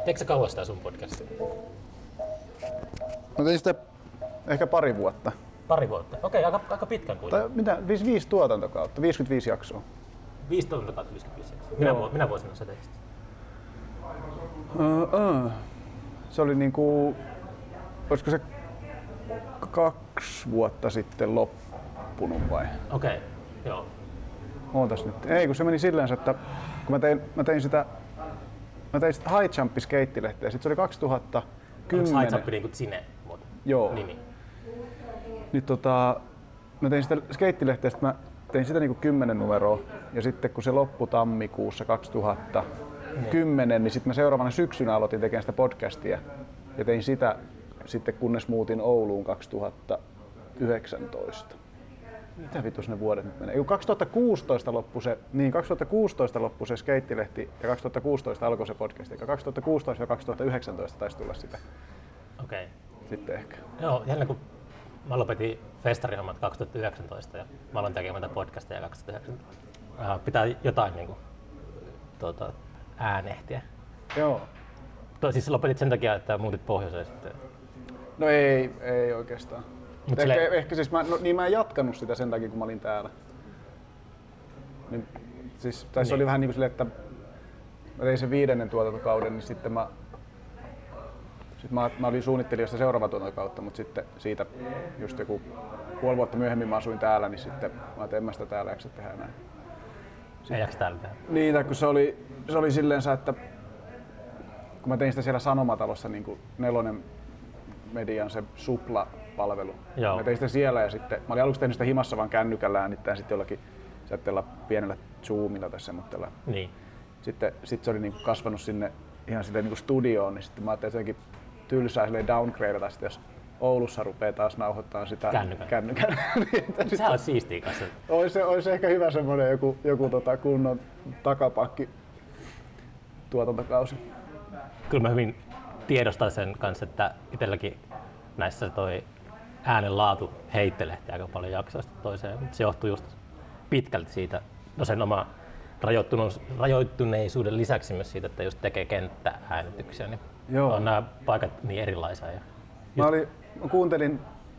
Teekö sä kauan sitä sun podcastia? Mä tein sitä ehkä pari vuotta. Pari vuotta? Okei, aika pitkän kuitenkin. Tai mitä? 5 tuotantokautta, 55 jaksoa. 5 tuotantokautta, 55 jaksoa. Minä vuosina sä teit sitä? Se oli niinku, olisiko se 2 vuotta sitten loppunut vai? Okei, joo. Ootas nyt. Ei, kun se meni silleen, että kun mä tein sitä High Jump -skeittilehteä, sit se oli 2010. Onko High Jump niinku Zine? Joo. Nimi. Nyt mä tein sitä skeittilehteä, sit mä tein sitä niinku 10 numeroa ja sitten kun se loppui tammikuussa 2010, niin sitten mä seuraavana syksynä aloitin tekemään sitä podcastia ja tein sitä sitten kunnes muutin Ouluun 2019. Mitä vitus ne vuodet nyt menee? 2016 loppui se skeittilehti ja 2016 alkoi se podcast. 2016 ja 2019 taisi tulla sitä. Okei. Sitten ehkä. Joo, jännä kun mä lopetin festarihommat 2019 ja mä aloin tekemään tätä podcastia 2019. Pitää jotain niinku äänehtiä. Joo. Siis lopetit sen takia, että muutit pohjoiseen sitten? No ei oikeastaan. Ehkä siis mä en jatkanut sitä sen takia, kun mä olin täällä. Niin, siis, tai se oli vähän niin kuin silleen, että mä tein sen 5. tuotantokauden, niin sitten mä olin suunnittelijasta seuraava tuotantokautta, mutta sitten siitä just joku puoli vuotta myöhemmin mä asuin täällä, niin sitten mä ajattelin, että en mä sitä täällä jaksa tehdä enää. Ei jaksa täällä tehdä? Niin, kun se oli silleen, että kun mä tein sitä siellä Sanomatalossa niin kuin 4 median se Supla-palvelu. Joo. Mä tein sitä siellä ja sitten mä olin aluksi tehnyt sitä himassa vaan kännykällä äänittäen sitten jollakin pienellä zoomilla tai semmoitteella. Niin. Sitten se oli niinku kasvanut sinne ihan silleen niinku studioon, niin sitten mä ajattelin, että jotenkin tylsää silleen downgradata sitten, jos Oulussa rupeaa taas nauhoittamaan sitä kännykällä. Sehän olisi siistiä kanssa. Olisi ehkä hyvä semmoinen joku kunnon takapakki tuotantokausi. Kyllä mä hyvin tiedostan sen kanssa, että itselläkin näissä toi äänen laatu heittelehti aika paljon jaksoista toiseen, mutta se johtuu just pitkälti siitä, no sen oma rajoittuneisuuden lisäksi myös siitä, että just tekee kenttääänityksiä, niin on nämä paikat niin erilaisia. Mä kuuntelin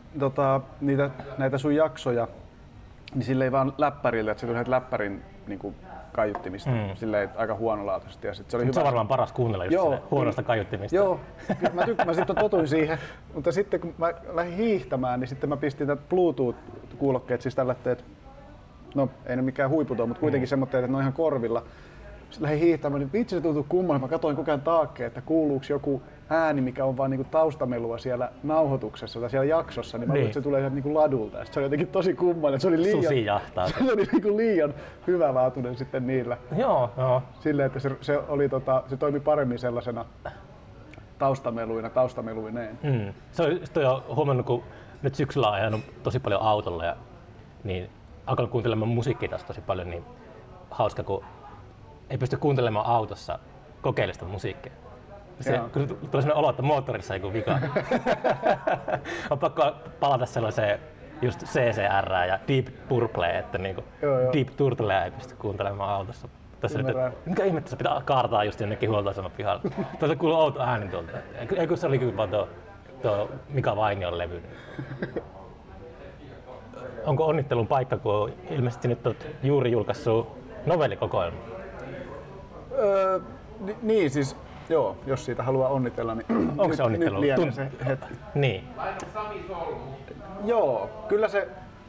näitä sun jaksoja, niin silleen vaan läppärillä, että se tuli läppärin niin kaiuttimista, silleen aika huonolaatuisesti. Ja se on varmaan paras kuunnella just huonosta kaiuttimista. Joo, mä sitten totuin siihen, mutta sitten kun mä lähdin hiihtämään, niin sitten mä pistin tätä Bluetooth-kuulokkeet, siis tällaiset, no ei ne mikään huiputon, mutta kuitenkin semmoitteet, että ne on ihan korvilla. Sitten lähdin hiihtämään, niin vitsi se tuntui kummalle. Mä katsoin koko ajan taakkeen, että kuuluuko joku ääni, mikä on vaan niinku taustamelua siellä nauhoituksessa tai siellä jaksossa, niin mä luulen, että se tulee sieltä niinku ladulta. Ja se oli jotenkin tosi kummalle. Se oli Susi jahtaa. Se oli niinku liian hyvälaatuinen sitten niillä. Joo. Silleen, että se toimi paremmin sellaisena taustameluineen. Se on huomannut, kun nyt syksyllä on ajanut tosi paljon autolla ja niin alkanut kuuntelemaan musiikkia taas tosi paljon, niin hauska, kun ei pysty kuuntelemaan autossa kokeellista musiikkia. Kun tulee sellainen olo, että moottorissa ei kun vika. On pakko palata sellaiseen just CCR ja Deep Purple, että niinku Deep Turtlea ei pysty kuuntelemaan autossa. Mikä ihmettä se pitää kaartaa just jonnekin huoltoaseman pihalle. Tuossa kuuluu outo ääni tuolta. Eikö se oli kyllä vaan tuo Mika Vainion levy. Onko onnittelun paikka, kun ilmeisesti nyt olet juuri julkaissut novellikokoelma? Niin siis, joo, jos siitä haluaa onnitella, niin onko se onnittelu? Nyt lienee se hetki. Niin. Joo, kyllä se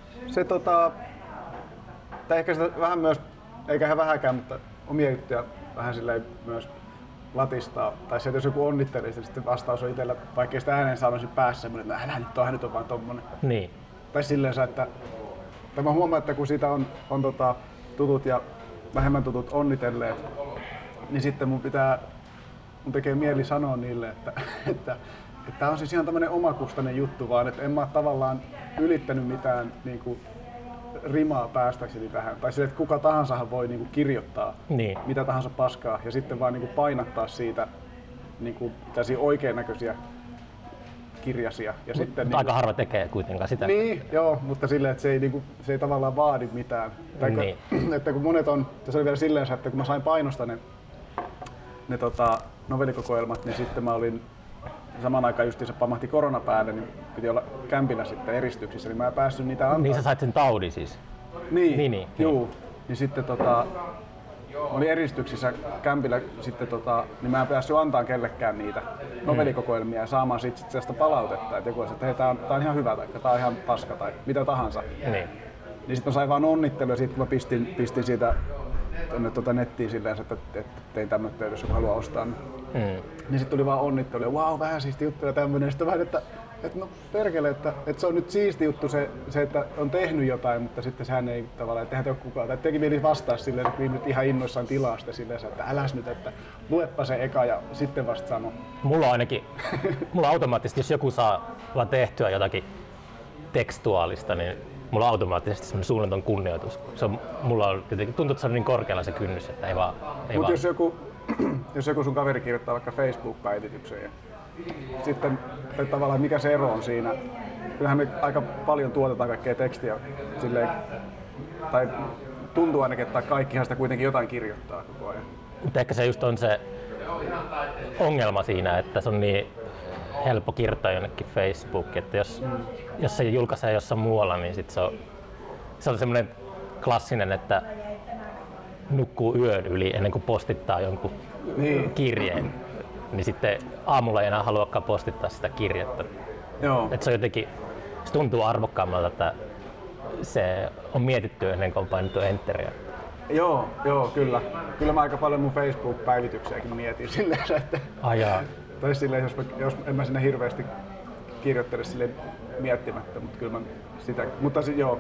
tai ehkä sitä vähän myös, eikä ihan vähäkään, mutta omia juttuja vähän silleen myös latistaa. Tai se, että jos joku onnittelee, niin sitten vastaus on itsellä, vaikkei sitä ääneen saada päässä semmoinen, että hän nyt on vaan tommonen. Niin. Tai silleen, että mä huomaan, että kun siitä on tutut ja vähemmän tutut onnitelleet, niin sitten mun tekee mieli sanoa niille, että tää on siis ihan tämmönen omakustainen juttu vaan, että en mä tavallaan ylittänyt mitään niinku rimaa päästäkseni tähän. Tai sille, että kuka tahansahan voi niinku kirjoittaa mitä tahansa paskaa ja sitten vaan niinku painattaa siitä niinku tällaisia oikein näköisiä kirjasia. Ja sitten, aika harva tekee kuitenkaan sitä. Niin, joo, mutta silleen, että se ei tavallaan vaadi mitään. Tai että kun monet on, tässä oli vielä silleen, että kun mä sain painosta ne ne novellikokoelmat, niin sitten mä olin samaan aikaan justiinsa pamahti korona päälle, niin piti olla kämpillä sitten eristyksissä, niin mä en päässyt niitä antaa. Niin sä sait sen taudin siis? Niin. Niin sitten oli eristyksissä kämpillä sitten niin mä en päässyt antaa kellekään niitä novellikokoelmia ja saamaan siitä sellaista palautetta, että joku olisi, että hei, tää on ihan hyvä tai tää on ihan paska tai mitä tahansa. Niin sitten mä sain vaan onnittelua ja sitten mä pistin siitä tonne nettiin silleen, että tein tämmöistä, jos joku haluaa ostaa. Niin sitten tuli vaan onnittelu ja wow, vähän siisti juttu ja tämmönen. Sitten vähän, että no perkele, että se on nyt siisti juttu se, että on tehnyt jotain, mutta sitten sehän ei tavallaan, että eihän te ole kukaan. Tai teki mieli vastaa silleen, että nyt ihan innoissaan tilaa sitä silleen, että äläs nyt, että luepa se eka ja sitten vasta sano. Mulla automaattisesti, jos joku saa vaan tehtyä jotakin tekstuaalista, niin mulla on automaattisesti semmoinen suunnaton kunnioitus. Mulla on jotenkin, tuntuu, että se on niin korkealla se kynnys, että ei vaan. Mutta jos joku sun kaveri kirjoittaa vaikka Facebook-päivityksen ja sitten tavallaan mikä se ero on siinä, kyllähän me aika paljon tuotetaan kaikkea tekstiä silleen, tai tuntuu ainakin, että kaikkihan sitä kuitenkin jotain kirjoittaa koko ajan. Mutta ehkä se just on se ongelma siinä, että se on niin helppo kirjoittaa jonnekin Facebookiin, että jos se julkaisee jossain muualla, niin sit se on semmoinen klassinen, että nukkuu yön yli ennen kuin postittaa jonkun kirjeen, niin sitten aamulla ei enää haluakaan postittaa sitä kirjettä. Joo. Et se on jotenkin, se tuntuu arvokkaammalta, että se on mietitty ennen kuin on painettu enteriä. Joo, kyllä. Kyllä mä aika paljon mun Facebook-päivityksiäkin mietin silleen, että tai silleen, jos en mä sinne hirveästi kirjoittele silleen miettimättä, mutta kyllä mä sitä, mutta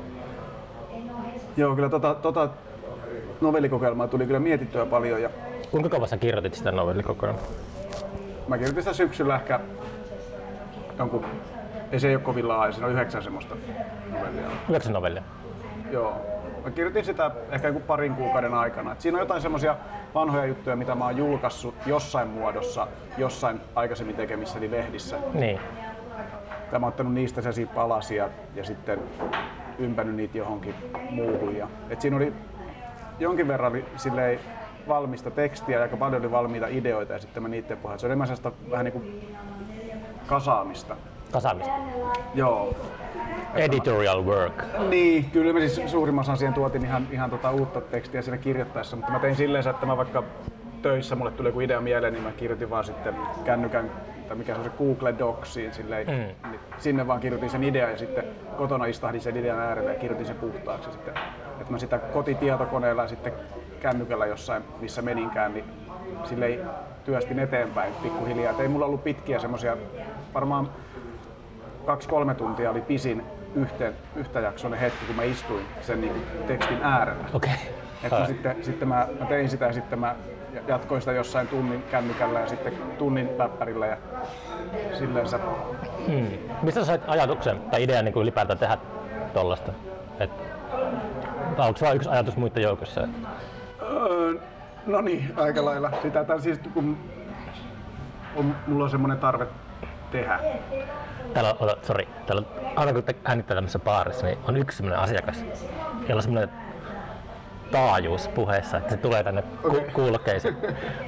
joo, kyllä novellikokoelmaa tuli kyllä mietittyä paljon. Ja kuinka kauan sä kirjoitit sitä novellikokoelmaa? Mä kirjoitin sitä syksyllä ehkä jonkun, ei se ei ole kovin laaja, siinä on 9 semmoista novellia. 9 novellia? Joo. Mä kirjoitin sitä ehkä joku parin kuukauden aikana. Et siinä on jotain semmoisia vanhoja juttuja, mitä mä oon julkaissut jossain muodossa, jossain aikaisemmin tekemissäni lehdissä. Niin. Ja mä oon ottanut niistä sellaisia palasia ja sitten ympännyt niitä johonkin muuhun. Et siinä oli jonkin verran silleen valmista tekstiä ja aika paljon oli valmiita ideoita ja sitten mä niiden pohjalta. Se on enemmän sellaista vähän niinku kasaamista. Kasaamista? Joo. Editorial work. Niin, kyllä mä siis suurimman osan siihen tuotin ihan uutta tekstiä siinä kirjoittaessa, mutta mä tein silleen, että mä vaikka töissä mulle tuli joku idea mieleen, niin mä kirjoitin vaan sitten kännykän, tai mikä se on se Google Docsiin, silleen, niin sinne vaan kirjoitin sen idean ja sitten kotona istahdin sen idean äärelle ja kirjoitin sen puhtaaksi sitten. Että mä sitä kotitietokoneella ja sitten kännykällä jossain, missä meninkään, niin silleen työstin eteenpäin pikkuhiljaa. Et ei mulla ollut pitkiä semmosia, varmaan 2-3 tuntia oli pisin yhtäjaksoinen hetki, kun mä istuin sen niin tekstin äärellä. Okay. Sitten mä tein sitä ja sitten mä jatkoin sitä jossain tunnin kännykällä ja sitten tunnin läppärillä ja silleensä. Mistä sä sait ajatuksen tai idean niin ylipäätään tehdä tollaista? Onko se vain yksi ajatus muiden joukossa? No niin, aika lailla. Sitä siis kun mulla on semmoinen tarve tehdä. Täällä on aina kun äänittää tämmöisessä baarissa, niin on yksi semmoinen asiakas, jolla on semmoinen taajuus puheessa, että se tulee tänne kuulokkeisiin.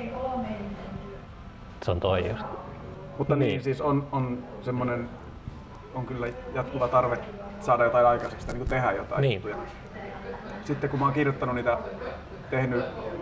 Se on toi just. Mutta niin siis on semmoinen, on kyllä jatkuva tarve saada jotain aikaiseksi, niin kuin tehdä jotain juttuja. Sitten kun mä oon kirjoittanut niitä, tehnyt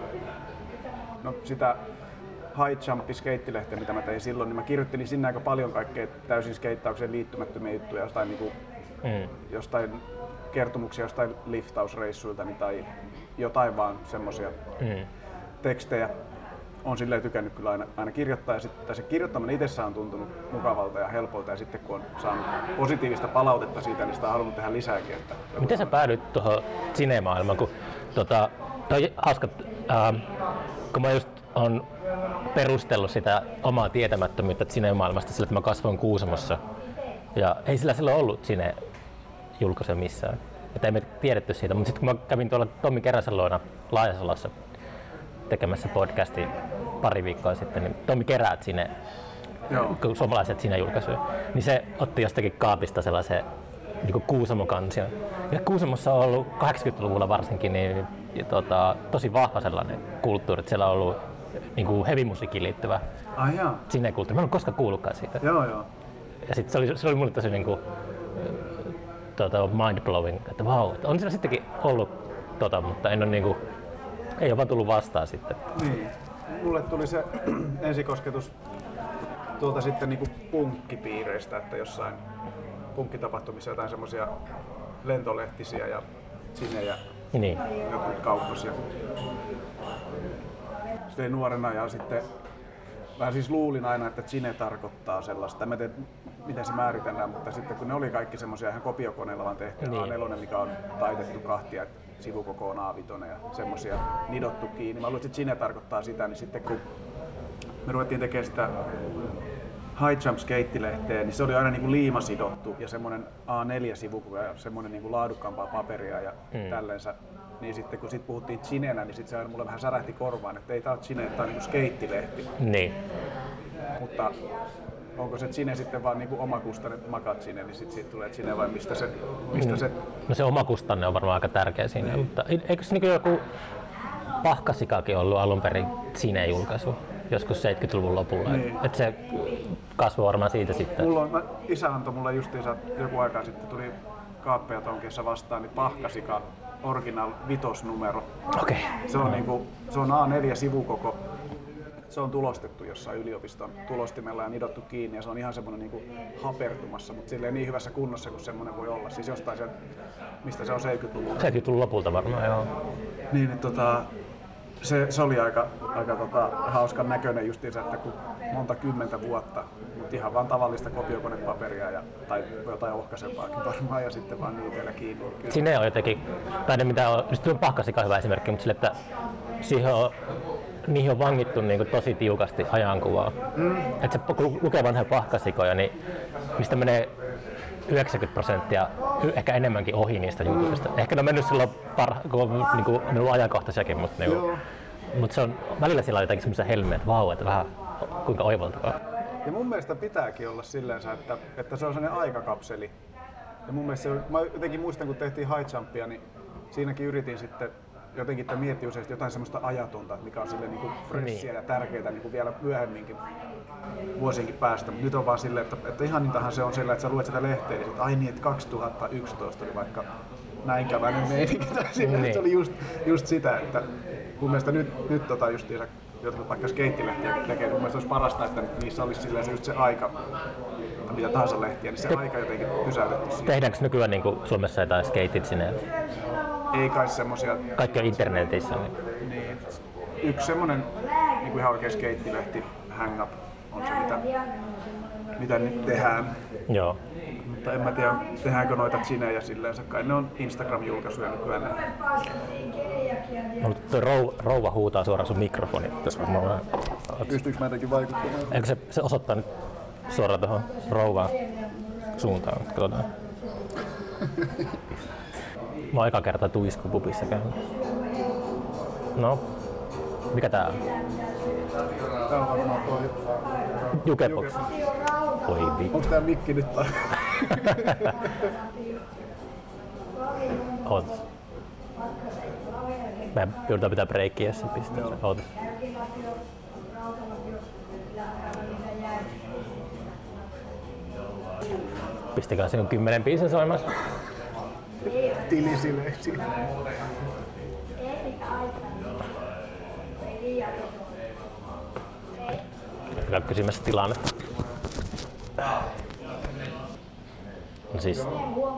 sitä High Jump -skeittilehteä, mitä mä tein silloin, niin mä kirjoittelin sinne aika paljon kaikkea täysin skeittaukseen liittymättömiä juttuja, jostain, niin kuin, jostain kertomuksia jostain liftausreissuilta tai jotain vaan semmosia tekstejä. On silleen tykännyt kyllä aina kirjoittaa ja sitten se kirjoittaminen itsessään on tuntunut mukavalta ja helpolta ja sitten kun on saanut positiivista palautetta siitä, niin sitä on halunnut tehdä lisääkin. Miten sä päädyit tuohon sinemaailmaan? Kun toi hauska, kun mä just on perustellut sitä omaa tietämättömyyttä sinemaailmasta sillä, että mä kasvoin Kuusamossa ja ei sillä silloin ollut julkaisuja missään. Että ei me tiedetty siitä, mutta sitten kun mä kävin tuolla Tommi Keräsen luona Laajasalossa tekemässä podcastia pari viikkoa sitten, niin Tommi Keräät sinne, suomalaiset sinne julkaisuja, niin se otti jostakin kaapista sellaisen niin Kuusamo-kansion. Ja Kuusamossa on ollut 80-luvulla varsinkin niin, tosi vahva sellainen kulttuuri, että siellä on ollut niin kuin heavy-musiikkiin liittyvä Ai jaa. Cine-kulttuuri. Mä en ole koskaan kuullutkaan siitä. Joo. Ja sit se oli mulle tosi niinku, mind-blowing, että vau, on siinä sittenkin ollut mutta en ole niinku, ei ole vaan tullut vastaan sitten. Niin. Mulle tuli se ensikosketus tuolta sitten niinku punkkipiireistä, että jossain punkkitapahtumissa jotain semmosia lentolehtisiä ja sinejä Niin. jotkut kauppasia. Sitten nuorena ja sitten mä siis luulin aina, että Cine tarkoittaa sellaista. Mä en tiedä, miten se määritellään, mutta sitten kun ne oli kaikki semmosia ihan kopiokoneella vaan tehty, Niin. A4, mikä on taitettu kahtia, että sivukoko on A5 ja semmosia nidottu kiinni. Mä luulin, että Cine tarkoittaa sitä, niin sitten kun me ruvettiin tekemään sitä High Jump -skeittilehteä, niin se oli aina niinku liimasidottu ja semmoinen A4-sivukoko ja semmoinen niinku laadukkaampaa paperia ja tällensä. Niin sitten kun sit puhuttiin Cinenä, niin sit se aina mulle vähän särähti korvaan, että ei tää ole Cine, tää on niinku skeittilehti. Niin. Mutta onko se Cine sitten vaan niinku omakustainen Magazine, niin sit siitä tulee Cine vai mistä se... No se omakustanne on varmaan aika tärkeä siinä, mutta eikö se niinku joku Pahkasikakin ollut alun perin Cine-julkaisu joskus 70-luvun lopulla? Niin. Et se kasvoi varmaan siitä sitten. Isä antoi mulle justiinsa joku aika sitten, tuli Kaappeja Tonkeessa vastaan, niin Pahkasika Original 5. numero. Okei. Se on, niinku, se on A4-sivukoko. Se on tulostettu jossain yliopiston tulostimella ja nidottu kiinni ja se on ihan semmoinen niinku hapertumassa, mutta silleen niin hyvässä kunnossa kuin semmoinen voi olla. Siis jostain sieltä, mistä se on 70-luvulta. 70-luvun lopulta varmaan, joo. Niin, se oli aika hauskan näköinen justiinsa, että kun monta kymmentä vuotta, mutta ihan vaan tavallista kopiokonepaperia tai jotain ohkaisempaakin varmaan ja sitten vaan niiteillä kiinni. Cine on jotenkin, tai ne mitä on, just on Pahkasika hyvä esimerkki, mutta sille, että niihin on vangittu niin tosi tiukasti ajankuvaa. Että se kun lukee vanhoja Pahkasikoja, niin mistä menee 90% ehkä enemmänkin ohi niistä jutuista. Ehkä ne on mennyt silloin kun on niin ollut ajankohtaisiakin, mutta se on välillä sillä jotenkin semmoisia helmeä, että vau, että vähän kuinka oivaltavaa. Ja mun mielestä pitääkin olla silleensä, että se on sellainen aikakapseli. Ja mun mielestä mä jotenkin muistan, kun tehtiin High Jumpia, niin siinäkin yritin sitten jotenkin miettiä useasti jotain semmoista ajatonta, että mikä on sille niinku freshia ja tärkeää niinku vielä myöhemminkin vuosienkin päästä. Mutta nyt on vaan silleen, että ihan niintähän se on sillä, että sä luet sitä lehteä, niin ai niin, että 2011 oli vaikka näin käväinen meininki. Niin. Se oli just sitä, että mun mielestä nyt justiinsa jotkut vaikka skeittilehtiä tekee, mun mielestä olisi parasta, että niissä olisi silleen just se aika, mitä tahansa lehtiä, niin se aika jotenkin pysäytetty siihen. Tehdäänkö nykyään niin Suomessa jotain skeitit sinne? Ei kai semmosia... Kaikki on internetissä. Niin. Yksi semmonen niin ihan oikea skeittilehti, Hang Up, on se mitä nyt tehdään. Joo. Mutta en mä tiedä, tehdäänkö noita Cinejä silleen, kai ne on Instagram-julkaisuja nykyään. Tuo rouva huutaa suoraan sun mikrofoni. Pystyykö mä jotenkin vaikuttamaan? Eikö se osoittaa nyt suoraan tuohon rouvaan suuntaan? Katsotaan. Mä oon eka kertaa tuiskupupissa käynyt. No, mikä tää on? Tää on varmaan toi... Jukebox. Oi vittu. Onks tää mikki nyt tai? Ootas. Me joudutaan pitää breikkiä, jos se pistää. Ootas. Pistäkää sinun 10 biisin soimassa. Tilisileeksi. Käy kysymässä tilannetta. No siis...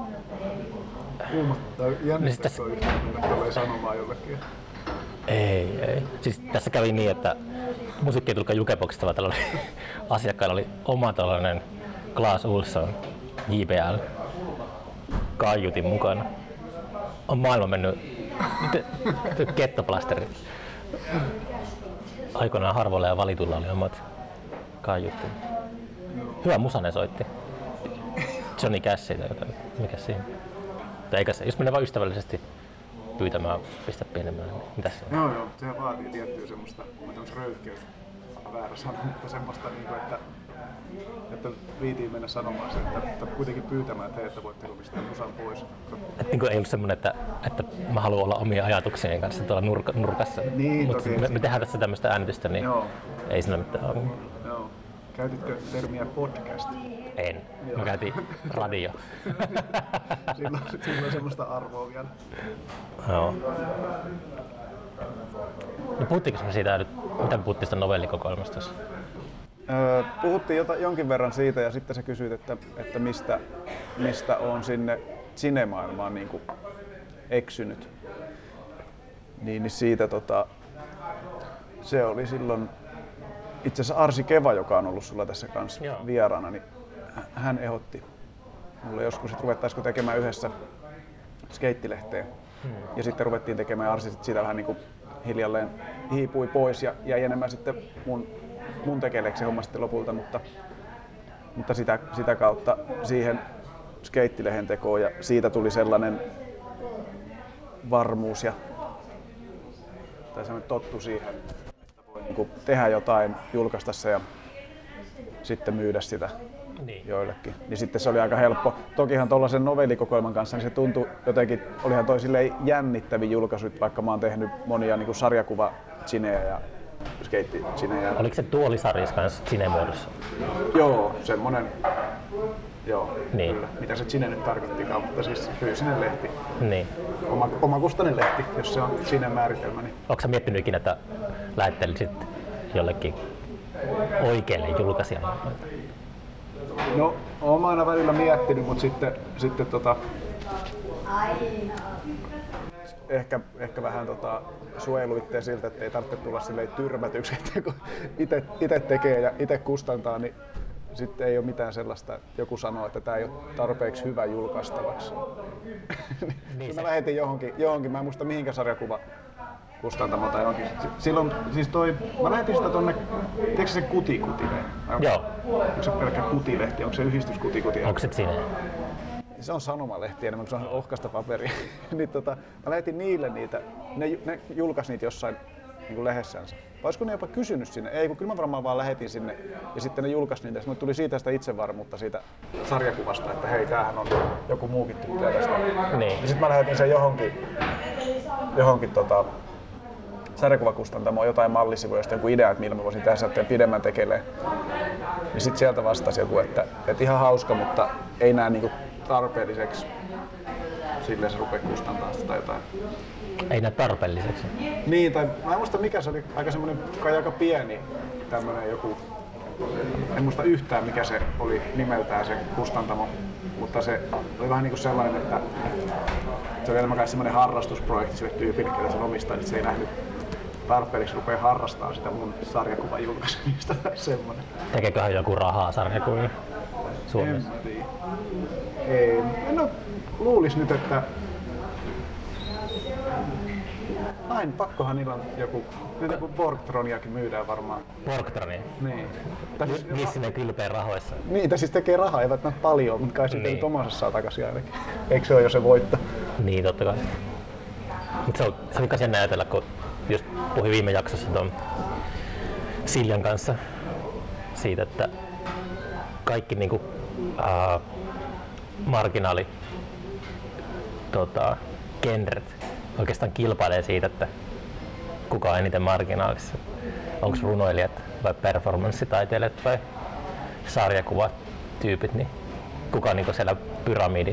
Jännittää toi yhtään, että tulee sanomaan jollekin. Ei. Siis tässä kävi niin, että musiikki ei tullutkaan Jukeboxista, vaan tällä oli, asiakkailla oli oma tällainen Claes Olsson JBL kaiutin mukana. On maailma mennyt kettoplasteri. Aikoinaan harvoilla ja valituilla oli omat kaiuttimet. Hyvä musanen soitti. Johnny Cash tai jotain. Mikä siinä? Eikä se, jos menee vaan ystävällisesti pyytämään pistä pienemmän, niin mitäs se on? Joo, sehän vaatii tiettyä semmoista röyhkeyttä. väärä sana, mutta semmoista, niin kuin, että viitiin mennä sanomaan sen, että kuitenkin pyytämään te, että voitteko pistää musan pois. Niin kuin ei ollut semmoinen, että mä haluan olla omia ajatuksien kanssa tuolla nurkassa. Niin, mutta me tehdään tässä tämmöistä äänitystä, niin Joo. ei siinä mitään ole. Joo. Käytitkö termiä podcast? En. Mä käytin radio. Sillä on semmoista arvoa vielä. Joo. No puhuttiinko me siitä nyt, mitä me puhuttiin sitä novellikokoelmasta? Puhuttiin jonkin verran siitä ja sitten sä kysyit, että mistä on sinne sinemaailmaan niin kuin eksynyt. Niin siitä se oli silloin itse asiassa Arsi Keva, joka on ollut sulla tässä kanssa vieraana, niin hän ehdotti mulle joskus, että ruvettaisiko tekemään yhdessä skeittilehteen. Ja sitten ruvettiin tekemään, Arsi siitä vähän niin kuin hiljalleen hiipui pois ja jäi enemmän sitten mun tekeleeksi homma sitten lopulta, mutta sitä kautta siihen skeittilehen tekoon ja siitä tuli sellainen varmuus tai sellainen tottu siihen, että voi niin kuin tehdä jotain, julkaista se ja sitten myydä sitä joillekin. Niin sitten se oli aika helppo. Tokihan tuollaisen novellikokoelman kanssa niin se tuntui jotenkin, olihan toi silleen jännittävin julkaisu, vaikka mä oon tehnyt monia niin kuin sarjakuva-cinejä ja skeitti-cinejä. Oliko se tuolisarjassa kanssa cinemuodossa? Joo, semmonen. Joo, niin. Kyllä. Mitä se cine nyt tarkoittikaan, mutta siis fyysinen lehti. Niin. Omakustainen lehti, jos se on cinen määritelmä. Niin. Onko sä miettinyt ikinä, että lähettelisit jollekin oikealle julkaisijalle? No, oon aina välillä miettinyt, mutta sitten ehkä vähän suojelu itseä siltä, että ei tarvitse tulla silleen tyrmätyksi, että kun itse tekee ja itse kustantaa, niin sitten ei ole mitään sellaista, että joku sanoo, että tämä ei ole tarpeeksi hyvä julkaistavaksi. Niin mä lähetin johonkin, mä en muista mihinkä sarjakuva kustantamo tai johonkin. Silloin, siis mä lähetin sitä tonne, tiedätkö se Kuti-Kutilehti? Joo. Onko se pelkkä Kutilehti? Onko se yhdistys Kuti-Kuti? Onko se siinä? Se on sanomalehti enemmän kuin se on ohkasta paperia. Niin mä lähetin niille niitä, ne julkaisi niitä jossain niin lehdessänsä. Olisiko ne jopa kysynyt sinne? Ei, kun kyllä mä varmaan vaan lähetin sinne ja sitten ne julkaisi niitä. Sitten tuli siitä sitä itsevarmuutta siitä sarjakuvasta, että hei, tämähän on joku muukin tykkää tästä. Niin. Ja sitten mä lähetin sen johonkin sarjakuvakustantamoon jotain mallisivuja, josta joku idea, että millä mä voisin tehdä sieltä pidemmän tekeleen. Ja sitten sieltä vastasi joku, että ihan hauska, mutta ei näe niinku tarpeelliseksi. Silleen se rupeaa kustantaa sitä tai jotain. Ei näe tarpeelliseksi. Niin, tai mä en muista mikä se oli, aika pieni tämmönen joku, en muista yhtään mikä se oli nimeltään se kustantamo, mutta se oli vähän niinku sellainen, että se oli enemmän kai semmoinen harrastusprojekti sille tyypille, ketä sen omistaa, niin se ei nähnyt tarpeeksi rupea harrastamaan sitä mun sarjakuvan julkaisemista tai semmoinen. Tekeeköhän joku rahaa sarjakuvia Suomessa? Ei. No, luulis nyt, että aina pakkohan niillä on joku Borgtroniakin myydään varmaan. Borgtronia? Niin. Missä ne kylpee rahoissa? Niitä siis tekee rahaa, eivät näe paljon, mutta kai sitten omansa saa takaisin ainakin. Eikö se ole jo se voitto? Niin, totta kai. Mutta se oli kai näytellä, kun just puhuin viime jaksossa tuon Siljan kanssa siitä, että kaikki niinku marginaali genret oikeastaan kilpailee siitä, että kuka on eniten marginaalissa. Onko runoilijat vai performanssitaiteilijat vai sarjakuvatyypit, niin kuka on niinku siellä pyramidi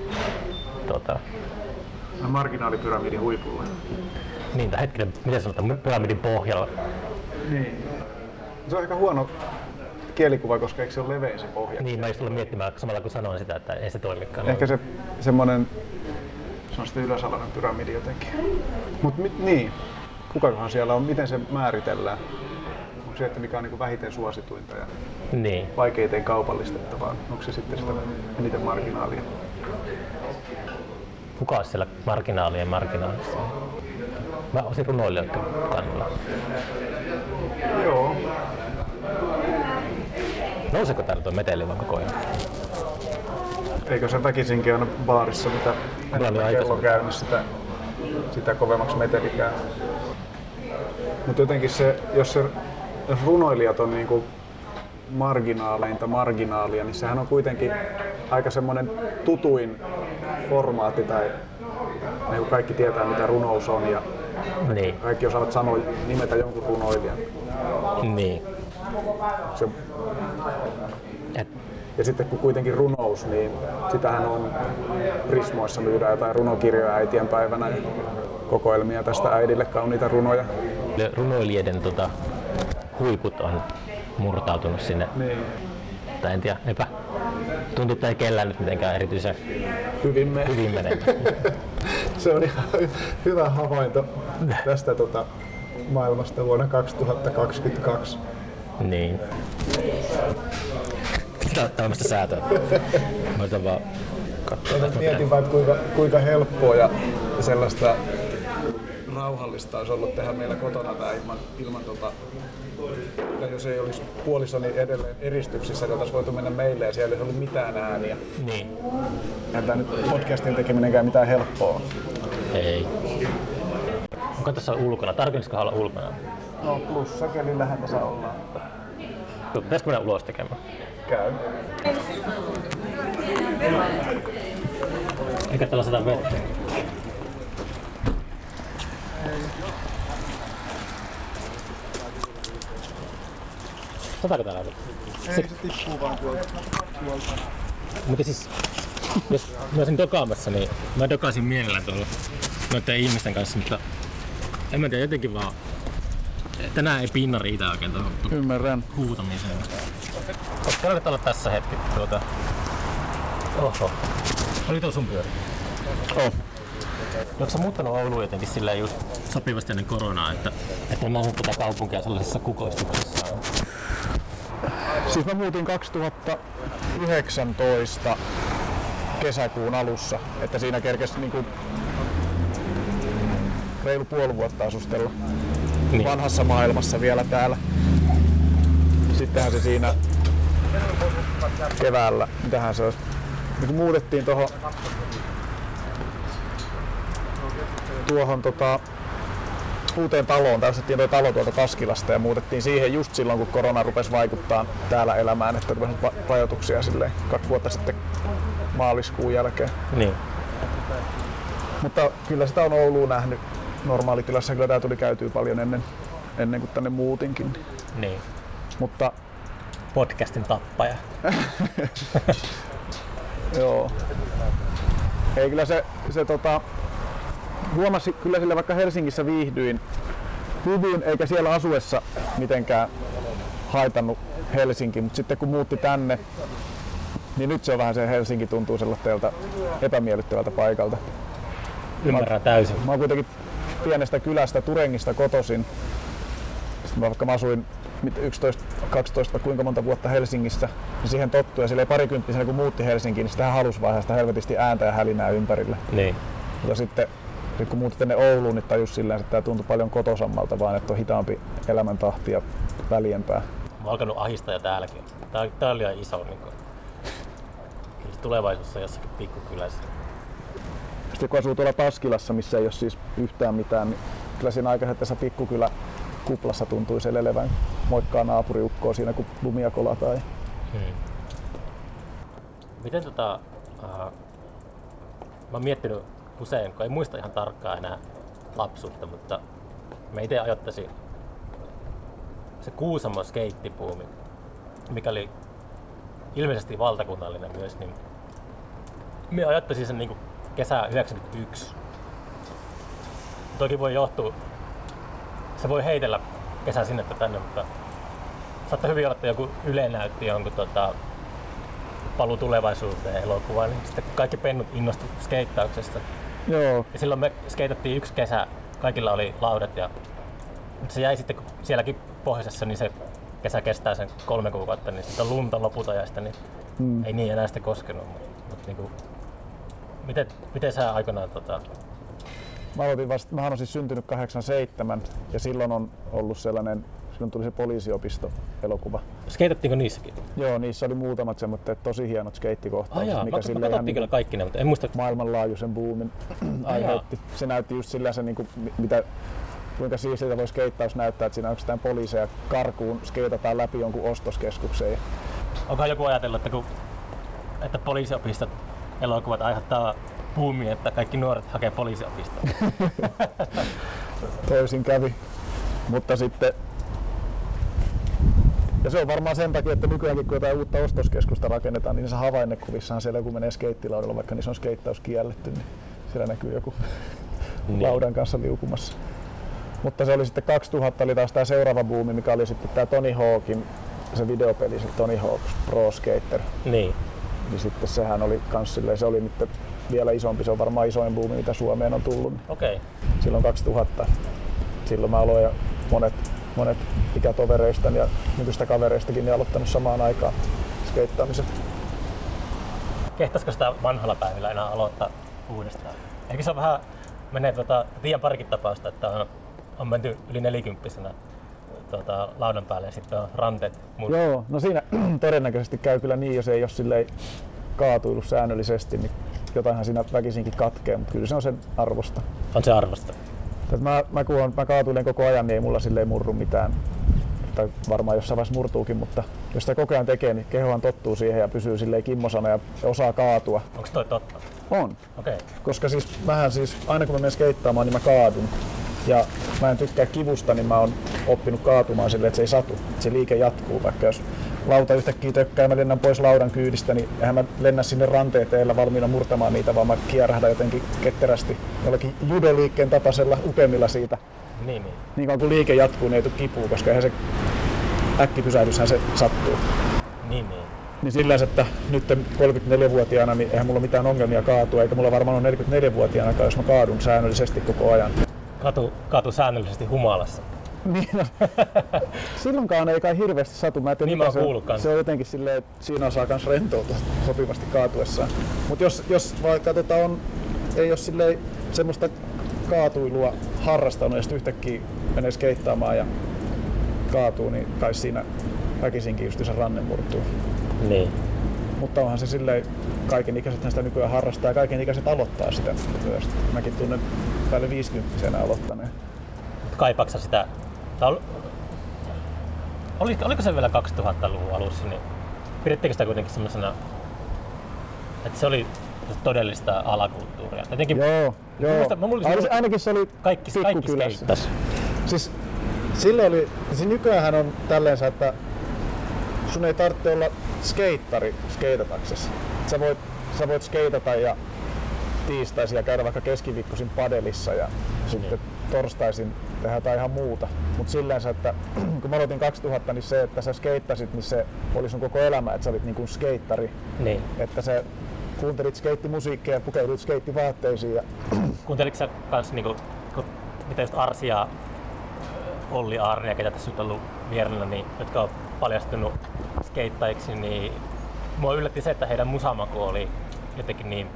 marginaalipyramidin huipulla. Niin, tai hetkinen, miten sanotaan, pyramidin pohjalla. Niin. Se on aika huono kielikuva, koska eikö se ole levein se pohja? Niin, mä just tulin miettimään samalla kun sanoin sitä, että ei se toimikaan. Ehkä se semmonen, se on sitten ylösalainen pyramidi jotenkin. Mut niin, kukakohan siellä on, miten se määritellään? Onko se, että mikä on niinku vähiten suosituinta ja vaikeiten kaupallistettavaa? Onko se sitten sitä eniten marginaalia? Kuka olisi siellä marginaalien marginaalissa? Mä olisin runoilijoiden kannalla. Joo. Nouseeko täällä tuo meteli vaan koko ajan? Eikö se väkisinkin aina baarissa, mitä kello käynnissä sitä kovemmaksi meteli käy. Mutta jotenkin se, jos se jos runoilijat on niinku marginaaleinta marginaalia, niin sehän on kuitenkin aika semmoinen tutuin formaatti tai niin kuin kaikki tietää mitä runous on ja Niin. kaikki osaavat sanoa nimetä jonkun runoilijan. Niin. Se, ja sitten kun kuitenkin runous, niin sitähän on Prismoissa myydään jotain runokirjoja äitienpäivänä ja kokoelmia tästä äidille kauniita runoja. Runoilijoiden huiput on murtautunut sinne. Niin. Tai en tiedä, tuntuu, että ei kellään nyt mitenkään erityisen hyvin menee. Se on ihan hyvä havainto tästä maailmasta vuonna 2022. Niin. Tällaista säätöä. Mä yritän vaan katsoa. Mietin vaan kuinka helppoa ja sellaista rauhallista olisi ollut tehdä meillä kotona tää ilman tai jos ei olisi puolisoni edelleen eristyksissä, niin oltaisiin voitu mennä meille ja siellä ei olisi ollut mitään ääniä. Niin. Eihän tää nyt podcastin tekeminenkään mitään helppoa. Ei. Onko tässä ulkona? Tarvitseeko olla ulkona? No plussakelillähän tässä ollaan. Pitäisikö mennä ulos tekemään? Käy. Eikä tällä 100 vettä. Sataako täällä vettä? Ei, se tippuu vaan tuolta. Mutta siis, jos mä olisin dokaamassa, niin mä dokaisin mielellään tuolla noiden ihmisten kanssa, mutta en mä tiedä, jotenkin vaan tänään ei pinna riitä oikein tuohon Ymmärrän. huutamiseen. Voitko olla tässä hetki? Oho. Oli tuo sun pyörä? Oh. Onko sä muuttanut Ouluun jotenkin silleen just sopivasti ennen koronaa, että on nähnyt tätä kaupunkia sellaisessa kukoistuksessa? Siis mä muutin 2019 kesäkuun alussa, että siinä kerkesi niinku reilu puoli vuotta asustella Niin. vanhassa maailmassa vielä täällä. Sittenhän se siinä keväällä, mitähän se olisi, niin kun muutettiin tuohon uuteen taloon, ostettiin tuo talo tuolta Taskilasta ja muutettiin siihen just silloin, kun korona rupesi vaikuttaa täällä elämään, että rupesi rajoituksia silleen 2 vuotta sitten maaliskuun jälkeen. Niin. Mutta kyllä sitä on Ouluun nähnyt normaalitilassa, kyllä tää tuli käytyä paljon ennen kuin tänne muutinkin. Niin. Mutta Podcastin tappaja. joo. Ei kyllä se huomasi kyllä sille, vaikka Helsingissä viihdyin hyvin, eikä siellä asuessa mitenkään haitannut Helsinki, mutta sitten kun muutti tänne, niin nyt se on vähän se Helsinki tuntuu sellaiselta epämiellyttävältä paikalta. Ymmärrän täysin. Mä oon kuitenkin pienestä kylästä Turengista kotoisin. Sitten vaikka mä asuin 11, 12 vai kuinka monta vuotta Helsingissä, niin siihen tottui ja silleen parikymppisenä kun muutti Helsinkiin, niin sitähän halusi vaan sitä helvetisti ääntä ja hälinää ympärille. Niin. Mutta sitten kun muutti tänne Ouluun, niin tajus silleen, että tää tuntui paljon kotosammalta vaan, että on hitaampi elämäntahti ja väljempää. Mä oon alkanut ahistaa jo täälläkin. Tää on liian iso. Niin kyllä tulevaisuudessa jossakin pikkukylässä. Sitten kun asuu tuolla Taskilassa, missä ei ole siis yhtään mitään, niin kyllä siinä aikaisessa tässä pikkukylä kuplassa tuntui elevän. Moikkaa naapuriukkoa siinä, kun lumia kolataan. Miten mä oon miettinyt usein, kun ei muista ihan tarkkaan enää lapsuutta, mutta mä itse ajattaisin se Kuusamon skeittipuumi, mikä oli ilmeisesti valtakunnallinen myös, niin mä ajattaisin sen niinku kesä 91. Toki voi johtua, se voi heitellä kesä sinne tai tänne, mutta saattaa hyvin olla, että joku Yle näytti jonkun Paluu tulevaisuuteen -elokuvan, niin sitten kaikki pennut innostuivat skeittauksesta. Joo. Ja silloin me skeitattiin yksi kesä, kaikilla oli laudat mutta se jäi sitten, kun sielläkin pohjoisessa, niin se kesä kestää sen 3 kuukautta, niin sitten on lunta loputajasta, niin ei niin enää sitten koskenut. Mutta niin kuin, miten sä aikanaan Mä oon siis syntynyt 87 ja silloin on ollut sellainen, silloin tuli se Poliisiopisto-elokuva. Skeitattiinko niissäkin? Joo, niissä oli muutamat semmoiset tosi hienot skeittikohtaukset, mikä silleen katsottiin kyllä kaikki ne, mutta en muista. Maailmanlaajuisen boomin aiheutti. Se näytti just sillä se, mitä kuinka siistiä voi skeittaus näyttää, että siinä onko jotain poliiseja karkuun, skeitataan läpi jonkun ostoskeskuksen. Onkohan joku ajatellut, että poliisiopistot elokuvat aiheuttaa buumia, että kaikki nuoret hakee poliisiopistoon? Toisin kävi. Mutta sitten... Ja se on varmaan sen takia, että nykyäänkin kun jotain uutta ostoskeskusta rakennetaan, niin niissä havainnekuvissahan siellä kun menee skeittilaudalla, vaikka niissä on skeittaus kielletty, niin siellä näkyy joku laudan kanssa liukumassa. Mutta se oli sitten 2000 oli taas tää seuraava buumi, mikä oli sitten tää Tony Hawkin, se videopeli, se Tony Hawk's Pro Skater. Niin. Niin sitten sehän oli kans silleen, se oli nyt vielä isompi, se on varmaan isoin buumi, mitä Suomeen on tullut. Okei. Silloin 2000. Silloin mä aloin ja monet ikätovereistani ja nykyistä kavereistakin niin aloittanut samaan aikaan skeittaamisen. Kehtaisiko sitä vanhalla päivillä enää aloittaa uudestaan? Eikö se on vähän, menee tiedän parikin tapausta, että on menty yli 40-vuotiaana laudan päälle ja sitten on ranteet. Joo, no siinä todennäköisesti käy kyllä niin, jos ei ole silleen kaatuillut säännöllisesti, niin jotainhan siinä väkisinkin katkee, mutta kyllä se on sen arvosta. On se arvosta. Mä kaatuilen koko ajan, niin ei mulla silleen murru mitään. Tai varmaan jossain vaiheessa murtuukin, mutta jos sitä koko ajan tekee, niin kehohan tottuu siihen ja pysyy silleen kimmosana ja osaa kaatua. Onko toi totta? On. Okei. Koska aina kun mä menen skeittaamaan, niin mä kaadun. Ja mä en tykkää kivusta, niin mä oon oppinut kaatumaan silleen, että se ei satu. Se liike jatkuu, vaikka jos lauta yhtäkkiä tökkää ja mä lennän pois laudan kyydistä, niin eihän mä lennä sinne ranteeteellä valmiina murtamaan niitä, vaan mä kierähdän jotenkin ketterästi jollakin judoliikkeen tapaisella ukemilla siitä. Niin. Niin kauan kun liike jatkuu, niin ei tule kipua, koska eihän se äkkipysähdyshän se sattuu. Niin. Niin sillä että nyt 34-vuotiaana niin eihän mulla mitään ongelmia kaatua, eikä mulla varmaan ole 44-vuotiaana, jos mä kaadun säännöllisesti koko ajan. Kaatu säännöllisesti humalassa. Niin, no, silloinkaan ei kai hirveästi satu. Mä en tiedä, niin mä oon se on jotenkin silleen, että siinä osaa kans rentoutua sopivasti kaatuessaan. Mut jos vaikka ei ole silleen semmoista kaatuilua harrastanut ja sitten yhtäkkiä menee skeittaamaan ja kaatuu, niin kai siinä väkisinkin just se ranne murtuu. Niin. Mutta onhan se silleen, kaiken ikäiset sitä nykyään harrastaa ja kaiken ikäiset aloittaa sitä myös. Mäkin tunnen päälle 50-vuotiaana aloittaneen. Kaipaatko sitä? Oliko se vielä 2000-luvun alussa, niin pidettiinkö sitä kuitenkin semmoisena, että se oli todellista alakulttuuria? Jotenkin, joo. Ainakin se oli kaikki pikkukylässä. Siis silloin oli, siis nykyäänhän on tälleensä, että sun ei tarvitse olla skeittari skeitataksesi. Sä voit skeitata ja tiistaisin ja käydä vaikka keskiviikkoisin padelissa ja sitten torstaisin tehdä jotain ihan muuta. Mutta silleen, että kun mä aloitin 2000, niin se, että sä skeittasit, niin se oli sun koko elämä, että sä olit niin kuin skeittari. Niin. Että sä kuuntelit skeittimusiikkia ja pukeudut skeittivaatteisiin. Ja kuuntelitko sä kans niinku, mitä just Arsi ja Olli Aarnia, ketä tässä nyt on ollut vierellä, niin, jotka on paljastunut skeittajiksi, niin mua yllätti se, että heidän musamaku oli jotenkin niin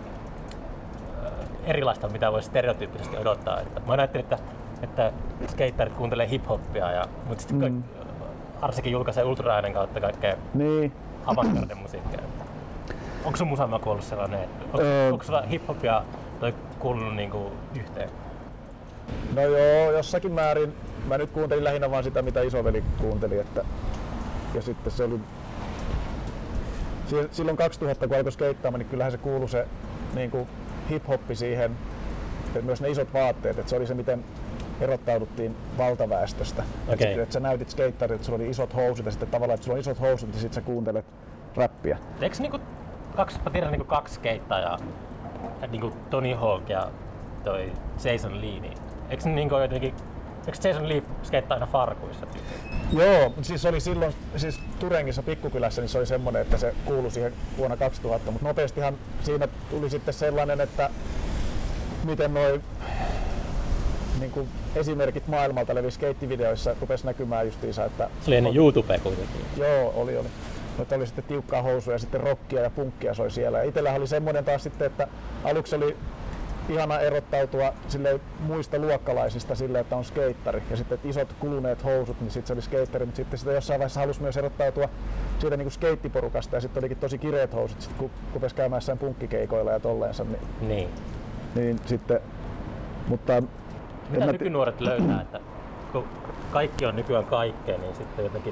erilaista, mitä voisi stereotyyppisesti odottaa. Mä ajattelin, että skeittarit kuuntelee hip-hoppia, mutta sitten Arsikin julkaisee Ultraäänen kautta kaikkea avantgarden musiikkia. Onko sun musamaku ollut sellainen, onko sulla hip-hopia toi kuulunut niinku yhteen? No joo, jossakin määrin. Mä nyt kuuntelin lähinnä vaan sitä, mitä isoveli kuunteli. Ja sitten se oli... Silloin 2000, kun alkoi skeittaamaan, niin kyllähän se kuului se niinku hip-hoppi siihen, myös ne isot vaatteet, että se oli se, miten erottauduttiin valtaväestöstä. Okay. Että sä näytit skeittarilta, että sulla oli isot housut ja sitten tavallaan, että sulla on isot housut ja sitten sä kuuntelet räppiä. Eikö niinku kaksi skeittajaa, niinku Tony Hawk ja toi Jason Lee, niin eikö ne niinku jotenkin, eikö Jason Lee skeittaa aina farkuissa? Joo, siis oli silloin, siis Turengissa pikkukylässä, niin se oli semmoinen, että se kuului siihen vuonna 2000, mutta nopeastihan siinä tuli sitten sellainen, että miten noi niin kuin esimerkit maailmalta levi skeittivideoissa rupesi näkymään justiinsa, että... Se oli ennen YouTubea kuitenkin. Joo, oli. Mutta oli sitten tiukkaa housua ja sitten rockia ja punkkia soi siellä. Ja itsellähän oli semmoinen taas sitten, että aluksi oli ihana erottautua muista luokkalaisista silleen, että on skeittari. Ja sitten isot kuluneet housut, niin sitten se oli skeittari. Mutta sitten sitä jossain vaiheessa halusi myös erottautua siitä niin kuin skeittiporukasta. Ja sitten olikin tosi kireet housut, sit kun rupesi käymään jossain punkkikeikoilla ja tolleensa. Niin sitten, mutta Mitä nykynuoret löytää, että kun kaikki on nykyään kaikkea, niin sitten jotenkin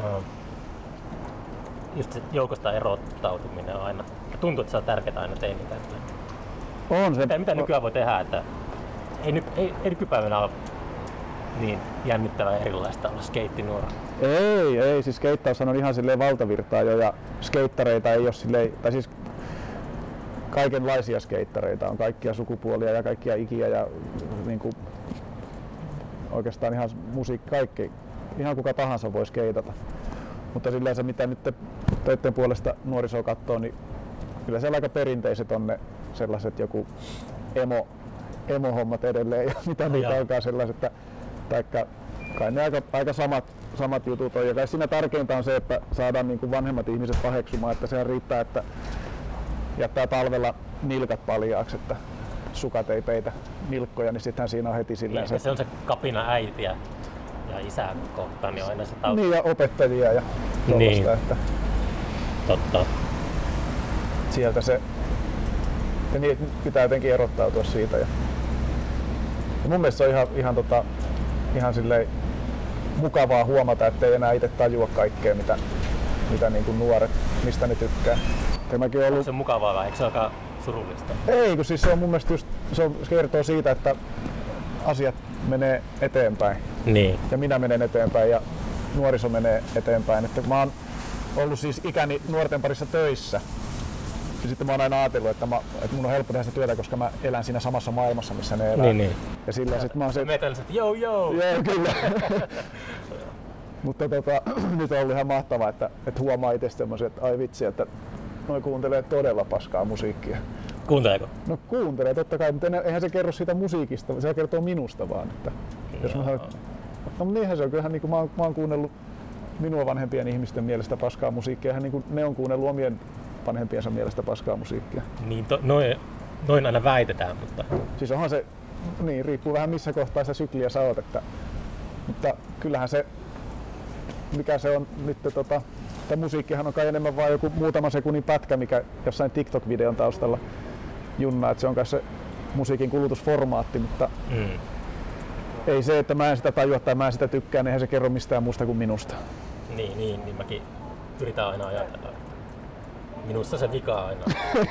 just se joukosta erottautuminen on aina, tuntuu, että se on tärkeää aina teinikäisille. On se. Mitä nykyään voi tehdä, että ei nykypäivänä ole niin jännittävää erilaista olla skeittinuora? Ei, siis skeittaus on ihan silleen valtavirtaa jo ja skeittareita ei ole silleen, tai siis kaikenlaisia skeittareita on, kaikkia sukupuolia ja kaikkia ikiä ja niinku oikeastaan ihan kaikki, ihan kuka tahansa voi skeitata. Mutta silleen se mitä nyt töiden puolesta nuorisoa katsoo, niin kyllä siellä aika perinteiset on ne sellaiset joku emo-hommat edelleen ja mitä niitä onkaan sellaiset, taikka kai ne aika samat jutut on. Ja kai siinä tärkeintä on se, että saadaan niin kuin vanhemmat ihmiset paheksumaan, että sehän riittää, että jättää talvella nilkat paljaaksi, että sukat ei peitä nilkkoja, niin sittenhän siinä on heti silleen se on se kapina äitiä ja isää kohtaan, niin on aina se tausta. Niin ja opettajia ja tuollaista, niin. Että totta. Sieltä se, ja niin pitää jotenkin erottautua siitä. Ja mun mielestä se on ihan silleen mukavaa huomata, ettei enää itse tajua kaikkea, mitä niin kuin nuoret, mistä ne tykkää. Onko se mukavaa vai eikö se aika surullista? Ei, kun siis se on mun mielestä just, se kertoo siitä, että asiat menee eteenpäin. Niin. Ja minä menen eteenpäin ja nuoriso menee eteenpäin. Että mä oon ollut siis ikäni nuorten parissa töissä. Ja sitten mä oon aina ajatellut, että mun on helppo tehdä sitä työtä, koska mä elän siinä samassa maailmassa, missä ne elää. Niin. Ja sillä sit mä oon se... Metällaiset, joo. Joo, kyllä. Mutta nyt on ollut ihan mahtavaa, että huomaa itse semmoisen, että ai vitsi, että noi kuuntelee todella paskaa musiikkia. Kuunteleeko? No kuuntelee totta kai, mutta eihän se kerro siitä musiikista, se kertoo minusta vaan. Että jos mä sanon, no niinhän se on, kyllähän niin kuin mä oon kuunnellut minua vanhempien ihmisten mielestä paskaa musiikkia, ihan niin kuin ne on kuunnellut omien vanhempiensa mielestä paskaa musiikkia. Niin, noin aina väitetään, mutta... Siis onhan se, niin riippuu vähän missä kohtaa sitä sykliä sä oot, mutta kyllähän se, mikä se on nyt, tämä musiikkihan on kai enemmän vaan joku muutaman sekunnin pätkä, mikä jossain TikTok-videon taustalla junnaa, että se on kai se musiikin kulutusformaatti, mutta ei se, että mä en sitä tajua tai mä en sitä tykkään, eihän se kerro mistään muusta kuin minusta. Niin mäkin yritän aina ajatella. Minusta se vika aina.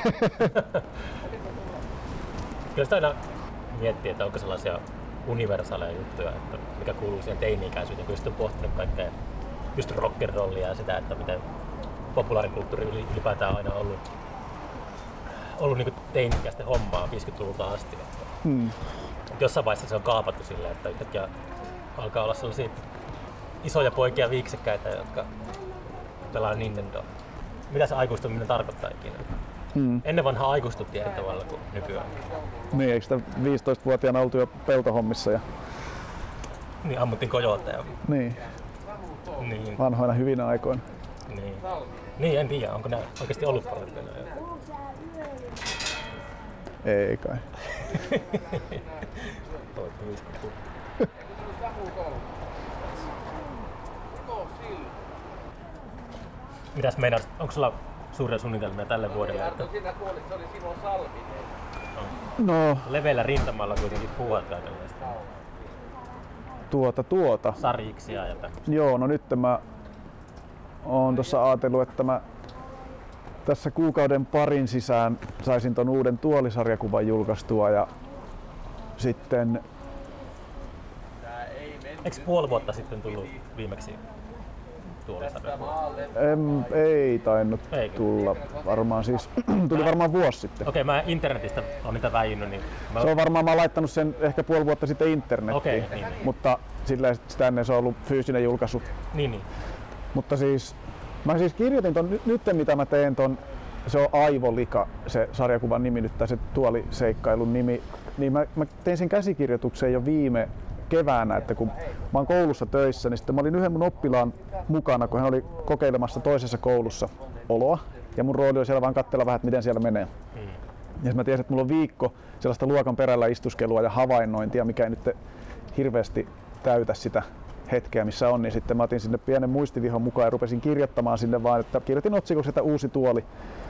Kyllä sitä aina miettii, että onko sellaisia universaaleja juttuja, että mikä kuuluu siihen teini-ikäisyyteen, kun just on pohtinut kaikkea just rock'n'rollia ja sitä, että miten populaarikulttuuri ylipäätään aina ollut niin teini-ikäisten hommaa 50-luvulta asti. Jossain vaiheessa se on kaapattu silleen, että yhtäkkiä alkaa olla sellaisia isoja poikia viiksekkäitä, jotka pelaa Nintendoa. Mitä se aikuistuminen tarkoittaa ikinä? Ennen vanhaa aikuistuttiin eri tavalla kuin nykyään. Niin, eikö sitä 15-vuotiaana oltu jo peltohommissa? Niin, ammuttiin kojoteja. Niin. Vanhoina hyvinä aikoina. Niin, en tiedä, onko ne oikeasti ollut parempia? Ei kai. Mitäs meinaat, onko sulla suuria suunnitelmia tälle vuodelle? Että... No. Leveällä rintamalla kuitenkin puhuat kaikenlaista. Sarjiksia ja tämmöistä. Joo, no nyt mä oon tossa ajatellut, että mä tässä kuukauden parin sisään saisin ton uuden tuolisarjakuvan julkaistua ja sitten... Eikö puoli vuotta sitten tullut viimeksi tuolisarjakuva? Ei tainnut tulla. Varmaan siis, tuli varmaan vuosi sitten. Okei, mä internetistä on niitä väijynyt. Niin se on varmaan, mä oon laittanut sen ehkä puoli vuotta sitten internettiin, niin. Mutta sitä ennen se on ollut fyysinen julkaisu. Niin. Mutta siis, mä siis kirjoitin ton, nyt mitä mä teen ton, se on Aivolika, se sarjakuvan nimi nyt, tai se tuoliseikkailun nimi, niin mä tein sen käsikirjoituksen jo viime keväänä, että kun mä oon koulussa töissä, niin sitten mä olin yhden mun oppilaan mukana, kun hän oli kokeilemassa toisessa koulussa oloa, ja mun rooli oli siellä vaan katsella vähän, että miten siellä menee. Ja mä tiesin, että mulla on viikko sellaista luokan perällä istuskelua ja havainnointia, mikä ei nyt hirveästi täytä sitä hetkeä, missä on, niin sitten mä otin sinne pienen muistivihon mukaan ja rupesin kirjoittamaan sinne vaan, että kirjoitin otsikoksi, että uusi tuoli.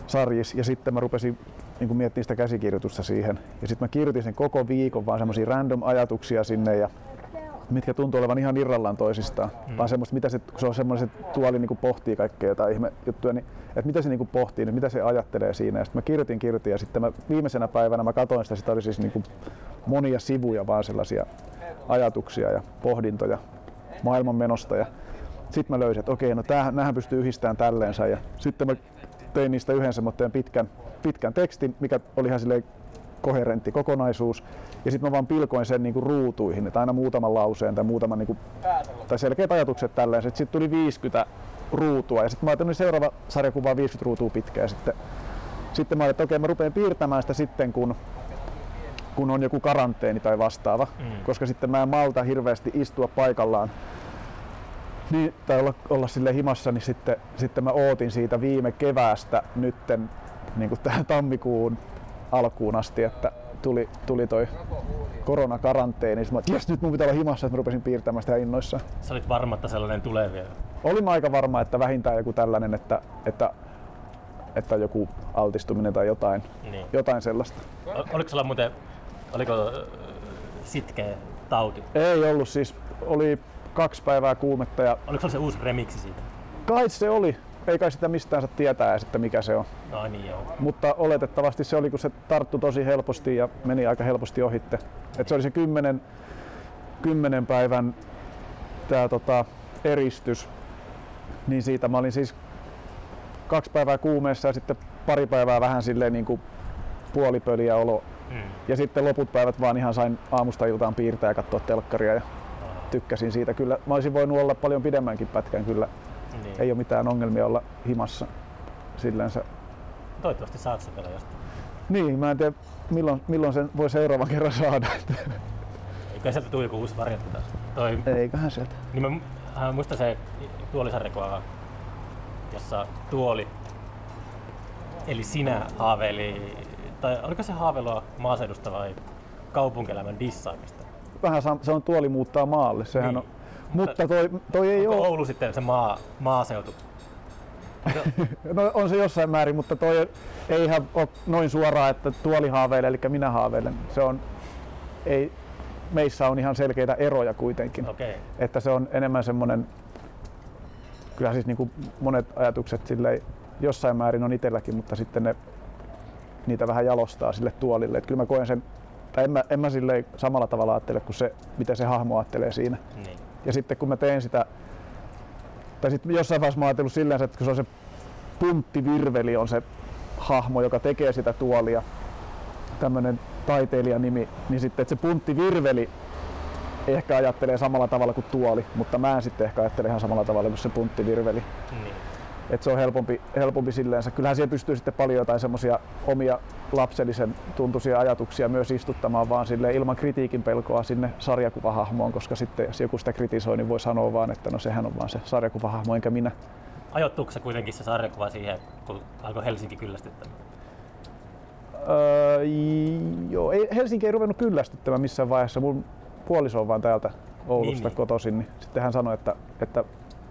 sarjis ja sitten mä rupesin niin miettimään sitä käsikirjoitusta siihen. Ja sitten mä kirjoitin sen koko viikon vaan semmosia random ajatuksia sinne ja mitkä tuntuu olevan ihan irrallaan toisistaan. Vaan semmoista, mitä se, kun se on semmoinen, se tuoli niin pohtii kaikkea tai ihme juttuja, niin että mitä se niin pohtii, niin mitä se ajattelee siinä. Ja sitten mä kirjoitin ja sitten mä viimeisenä päivänä mä katsoin sitä oli siis niin monia sivuja vaan sellaisia ajatuksia ja pohdintoja maailmanmenosta. Ja sitten mä löysin, että okei, no näähän pystyy yhdistämään tälleensä. Ja sitten mä tein niistä yhden semmoinen pitkän tekstin, mikä oli ihan silleen koherentti kokonaisuus. Ja sitten mä vaan pilkoin sen niinku ruutuihin, että aina muutaman lauseen tai muutaman niinku, tai selkeät ajatukset tälleen. Sitten tuli 50 ruutua ja sitten mä ajattelin seuraava sarjakuva 50 ruutua pitkä. Ja sitten mä ajattelin, että okei, mä rupean piirtämään sitä sitten, kun on joku karanteeni tai vastaava, koska sitten mä en malta hirveästi istua paikallaan niin, tai olla sille himassa, niin sitten mä ootin siitä viime keväästä nytten niin kuin tähän tammikuun alkuun asti, että tuli toi koronakaranteeni. Mä jes, nyt mun pitää olla himassa, että mä rupesin piirtämään sitä innoissaan. Sä olit varma, että sellainen tulee vielä? Olin aika varma, että vähintään joku tällainen, että joku altistuminen tai jotain sellaista. Oliko sulla muuten, sitkeä tauti? Ei ollut, siis oli 2 päivää kuumetta. Ja oliko sulla se uusi remiksi siitä? Kai se oli. Ei kai sitä mistään saa tietää ja sitten mikä se on. No niin joo. Mutta oletettavasti se oli, kun se tarttui tosi helposti ja meni aika helposti ohitte. Et se oli se 10 päivän eristys. Niin siitä mä olin siis 2 päivää kuumeessa ja sitten 2 päivää vähän silleen niin kuin puolipöliä olo. Ja sitten loput päivät vaan ihan sain aamusta iltaan piirtää ja katsoa telkkaria ja tykkäsin siitä. Kyllä mä olisin voinut olla paljon pidemmänkin pätkän kyllä. Niin. Ei ole mitään ongelmia olla himassa sillensä. Toivottavasti saat sen vielä jostain. Niin, mä en tiedä milloin sen voi seuraavan kerran saada. Eikä sieltä tule joku uusi variantti taas. Eiköhän sieltä. Niin mä muistan se tuolisarjakuva, jossa tuoli, eli sinä haaveili, tai oliko se haaveilua maaseudusta vai kaupunkielämän dissaamista? Vähän se on tuoli muuttaa maalle, sehän niin. on. Mutta toi ei ole. Oulu sitten se maaseutu? No on se jossain määrin, mutta toi ei ihan ole noin suoraan, että tuoli haaveilee, eli minä haaveilen. Se on, meissä on ihan selkeitä eroja kuitenkin. Okay. Että se on enemmän semmoinen, kyllä siis niin kuin monet ajatukset silleen, jossain määrin on itselläkin, mutta sitten niitä vähän jalostaa sille tuolille. Että kyllä mä koen sen, tai en mä silleen samalla tavalla ajattele kuin se, mitä se hahmo ajattelee siinä. Niin. Ja sitten kun mä teen sitä, tai sitten jossain vaiheessa mä oon ajatellut silleen, että kun se on se Punttivirveli on se hahmo, joka tekee sitä tuolia, tämmönen taiteilijanimi, niin sitten että se Punttivirveli ehkä ajattelee samalla tavalla kuin tuoli, mutta mä en sitten ehkä ajattele ihan samalla tavalla kuin se Punttivirveli. Niin. Että se on helpompi silleensä. Kyllähän siellä pystyy sitten paljon jotain semmosia omia lapsellisen tuntuisia ajatuksia myös istuttamaan vaan silleen ilman kritiikin pelkoa sinne sarjakuvahahmoon, koska sitten jos joku sitä kritisoi, niin voi sanoa vaan, että no sehän on vaan se sarjakuvahahmo enkä minä. Ajoittuuko se kuitenkin se sarjakuva siihen, kun alkoi Helsinki kyllästyttämään? Joo, Helsinki ei ruvennut kyllästyttämään missään vaiheessa. Mun puoliso on vaan täältä Oulusta kotoisin, niin sitten hän sanoi, että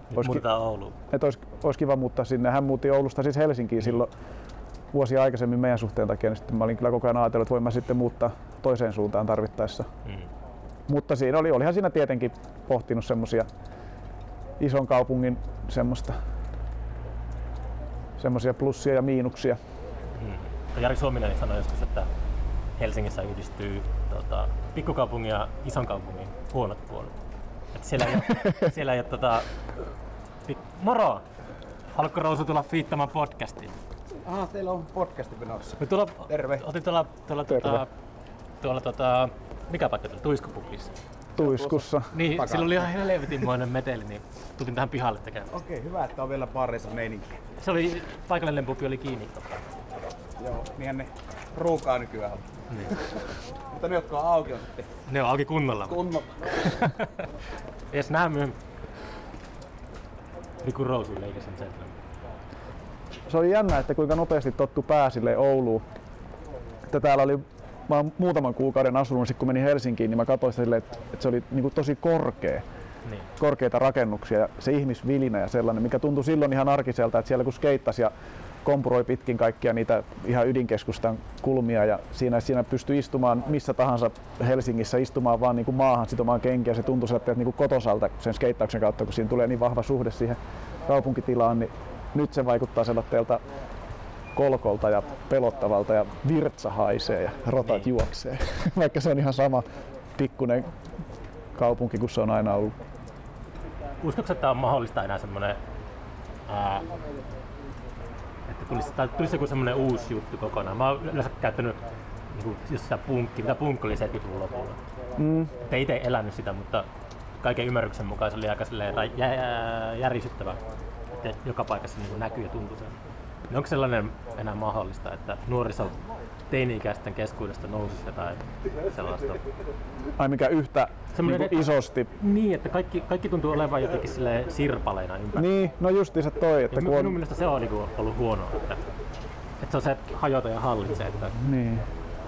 olisi kiva muuttaa sinne. Hän muutti Oulusta siis Helsinkiin silloin vuosia aikaisemmin meidän suhteen takia, niin sitten mä olin kyllä koko ajan ajatellut, että voin mä sitten muuttaa toiseen suuntaan tarvittaessa. Mutta siinä olihan siinä tietenkin pohtinut semmosia ison kaupungin semmosia plussia ja miinuksia. Jari Suominen sanoi joskus, että Helsingissä yhdistyy pikkukaupungin ja ison kaupungin huonot puolet. Että siellä ei ole Moro! Haluatko Rousu tulla fiittamaan podcastiin? Teillä on podcasti menossa. Terve. Otin tuolla mikä paikka tuolla? Tuiskupukissa. Tuiskussa. Niin, sillä oli ihan helvetinmoinen meteli, niin tulin tähän pihalle tekemään. Okei, hyvä, että on vielä baarissa meininki. Se oli, paikallinen pubi oli kiinni. Joo, niinhän ne ruukaa nykyään on. Niin. Mutta ne, jotka on auki, on sitten... Ne on auki kunnolla. Jes, nähdään myöhemmin. Riku Rousu leikäsen sen. Se oli jännä, että kuinka nopeasti tottu pää silleen Ouluun. Että täällä oli, mä oon muutaman kuukauden asunut, kun menin Helsinkiin, niin mä katsoin silleen, että se oli niin kuin tosi korkea. Niin. Korkeita rakennuksia ja se ihmisvilinä ja sellainen, mikä tuntui silloin ihan arkiselta, että siellä kun skeittasi ja kompuroi pitkin kaikkia niitä ihan ydinkeskustan kulmia ja siinä pystyy istumaan missä tahansa Helsingissä, istumaan vaan niin kuin maahan, sitomaan kenkiä. Se tuntui sieltä niin kuin kotosalta sen skeittauksen kautta, kun siinä tulee niin vahva suhde siihen kaupunkitilaan, niin nyt se vaikuttaa sellaiselta kolkolta ja pelottavalta ja virtsa haisee ja rotat juoksee, vaikka se on ihan sama pikkuinen kaupunki kuin se on aina ollut. Uskotko, että on mahdollista enää semmoinen, että tulisi joku semmoinen uusi juttu kokonaan? Mä oon yleensä käyttänyt just sitä mitä punk oli 70-luvun lopulla. Et itse elänyt sitä, mutta kaiken ymmärryksen mukaan se oli aika järisyttävä, että joka paikassa niin näkyy ja tuntuu sen. Niin onko sellainen enää mahdollista, että nuoriso teini-ikäisten keskuudesta nousisi jotain sellaista? Ai mikä yhtä niin isosti? Niin, että kaikki tuntuu olevan jotenkin sirpaleina ympäri. Niin, no justiinsa toi. Että minun mielestä se on niinku ollut huonoa, että se on se hajota ja hallitsee. Että... Niin.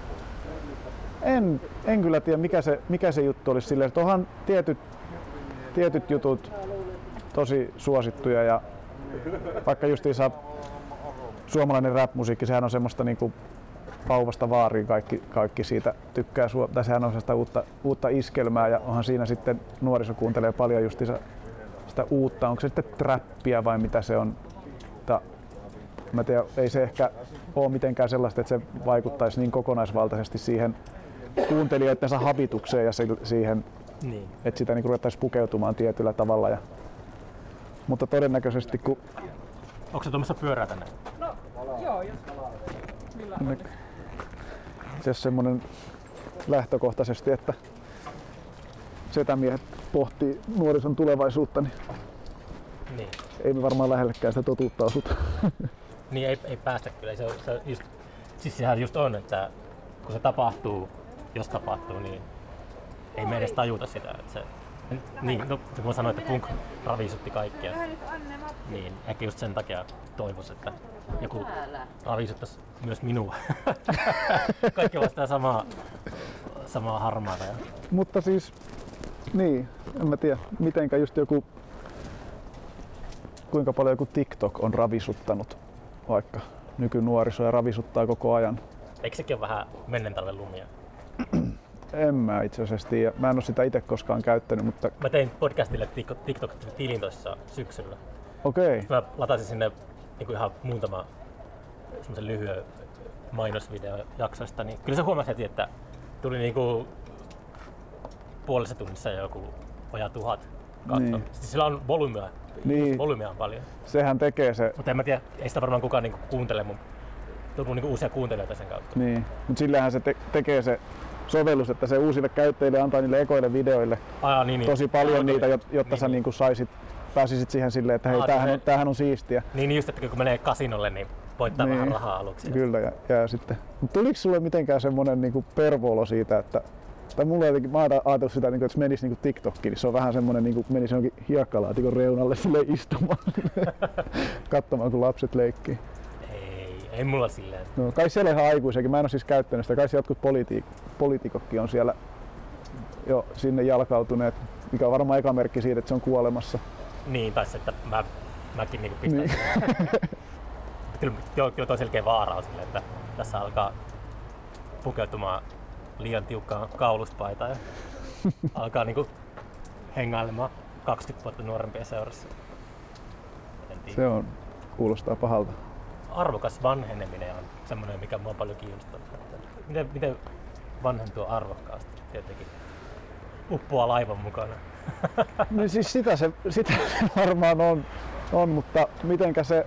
En kyllä tiedä mikä se juttu olisi silleen, että onhan tietyt jutut tosi suosittuja ja vaikka justiinsa suomalainen rap-musiikki, sehän on semmoista niinku pauvasta vaariin kaikki siitä tykkää, tai sehän on sitä uutta iskelmää ja onhan siinä sitten nuoriso kuuntelee paljon justiinsa sitä uutta, onko se sitten trappia vai mitä se on. Mä tiedän, ei se ehkä ole mitenkään sellaista, että se vaikuttaisi niin kokonaisvaltaisesti siihen kuuntelijoittensa habitukseen ja siihen, niin. Että sitä niin ruvettaisiin pukeutumaan tietyllä tavalla. Mutta todennäköisesti kun... Onko se tuommoista pyörää tänne? No, joo, jos se on semmoinen lähtökohtaisesti, että setämiehet pohtii nuorison tulevaisuutta, niin ei me varmaan lähellekään sitä totuutta osuta. Niin ei päästä kyllä. Siis sehän just on, että kun se tapahtuu, jos tapahtuu, niin ei me edes tajuta sitä. Että se, niin, no, kun mä sanoin, että punk ravisutti kaikkea, niin ehkä just sen takia toivoisin, että joku ravisuttaisi myös minua. Kaikki on sitä samaa harmaata. Mutta siis, niin, en mä tiedä, mitenkä just kuinka paljon joku TikTok on ravisuttanut vaikka nykynuoriso ja ravisuttaa koko ajan. Eikö sekin ole vähän menneen talven lumia? En mä itse asiassa tiedä. Mä en ole sitä itse koskaan käyttänyt, mutta... Mä tein podcastille TikTok-tilin tuossa syksyllä. Okei. Mä latasin sinne niin ihan muutama semmoisen lyhyen mainosvideojaksoista, niin kyllä se huomasi heti, että tuli niinku puolessa tunnissa joku vajaa 1000 katsoa. Niin. Sillä on volyymia. Niin. Volyymia on paljon. Sehän tekee se. Mutta en mä tiedä, ei sitä varmaan kukaan niinku kuuntele, mutta tullut niinku uusia kuuntelijoita sen kautta. Niin, mutta sillähän se tekee se sovellus, että se uusille käyttäjille antaa niille ekoille videoille tosi paljon niitä, jotta sä niinku pääsisit siihen silleen, että hei, tämähän on siistiä. Niin just, että kun menee kasinolle, niin voittaa vähän rahaa aluksi. Kyllä, ja sitten. Mutta tuliko sulle mitenkään semmonen niinku pervoolo siitä, että tai mulla jotenkin, mä oon ajatellut sitä, että se menisi niinku TikTokkiin, niin se on vähän semmonen, niin kuin menisi jonkin hiekkalaatikon reunalle sille istumaan, katsomaan kun lapset leikkii. Ei mulla silleen. No, kai siellä ihan aikuisiakin, mä en oo siis käyttänyt sitä, kai se jotkut poliitikotkin on siellä jo sinne jalkautuneet, mikä on varmaan eka merkki siitä, että se on kuolemassa. Niin, tai se, että mäkin niinku pistän niin. Kyllä joo, selkeä vaara on silleen, että tässä alkaa pukeutumaan liian tiukkaan kauluspaitaan ja alkaa niinku hengailemaan 20 vuotta nuorempia seurassa. Se on, kuulostaa pahalta. Arvokas vanheneminen on semmoinen, mikä mua paljon kiinnostaa. Miten vanhentua arvokkaasti tietenkin uppoaa laivan mukana. No siis sitä se varmaan on, mutta mitenkä se...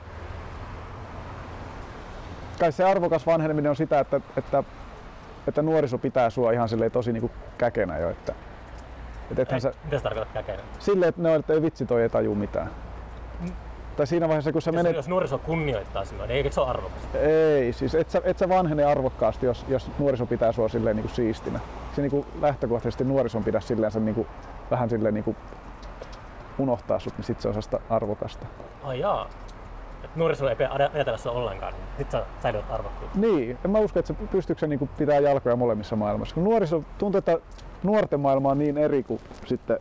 Kai se arvokas vanheneminen on sitä, että nuoriso pitää sua ihan silleen tosi niinku käkenä jo. Mitä se tarkoittaa käkenä? Silleen, että ei vitsi toi ei taju mitään. Tai siinä vaiheessa, kun sä menet... Jos nuoriso kunnioittaa sinua, niin eikö se ole arvokasta? Ei, siis et sä vanhene arvokkaasti, jos nuoriso pitää sua silleen niinku siistinä. Se niinku lähtökohtaisesti nuorison pidä silleen vähän silleen niinku unohtaa sut, niin sit se on sellaista arvokasta. Ai jaa. Et nuoriso ei ajatella sitä ollenkaan, niin sit sä säilyt arvokkuutta. Niin, en mä usko, että pystyykö se niinku pitää jalkoja molemmissa maailmassa. Kun nuoriso tuntuu, että nuorten maailma on niin eri kuin sitten...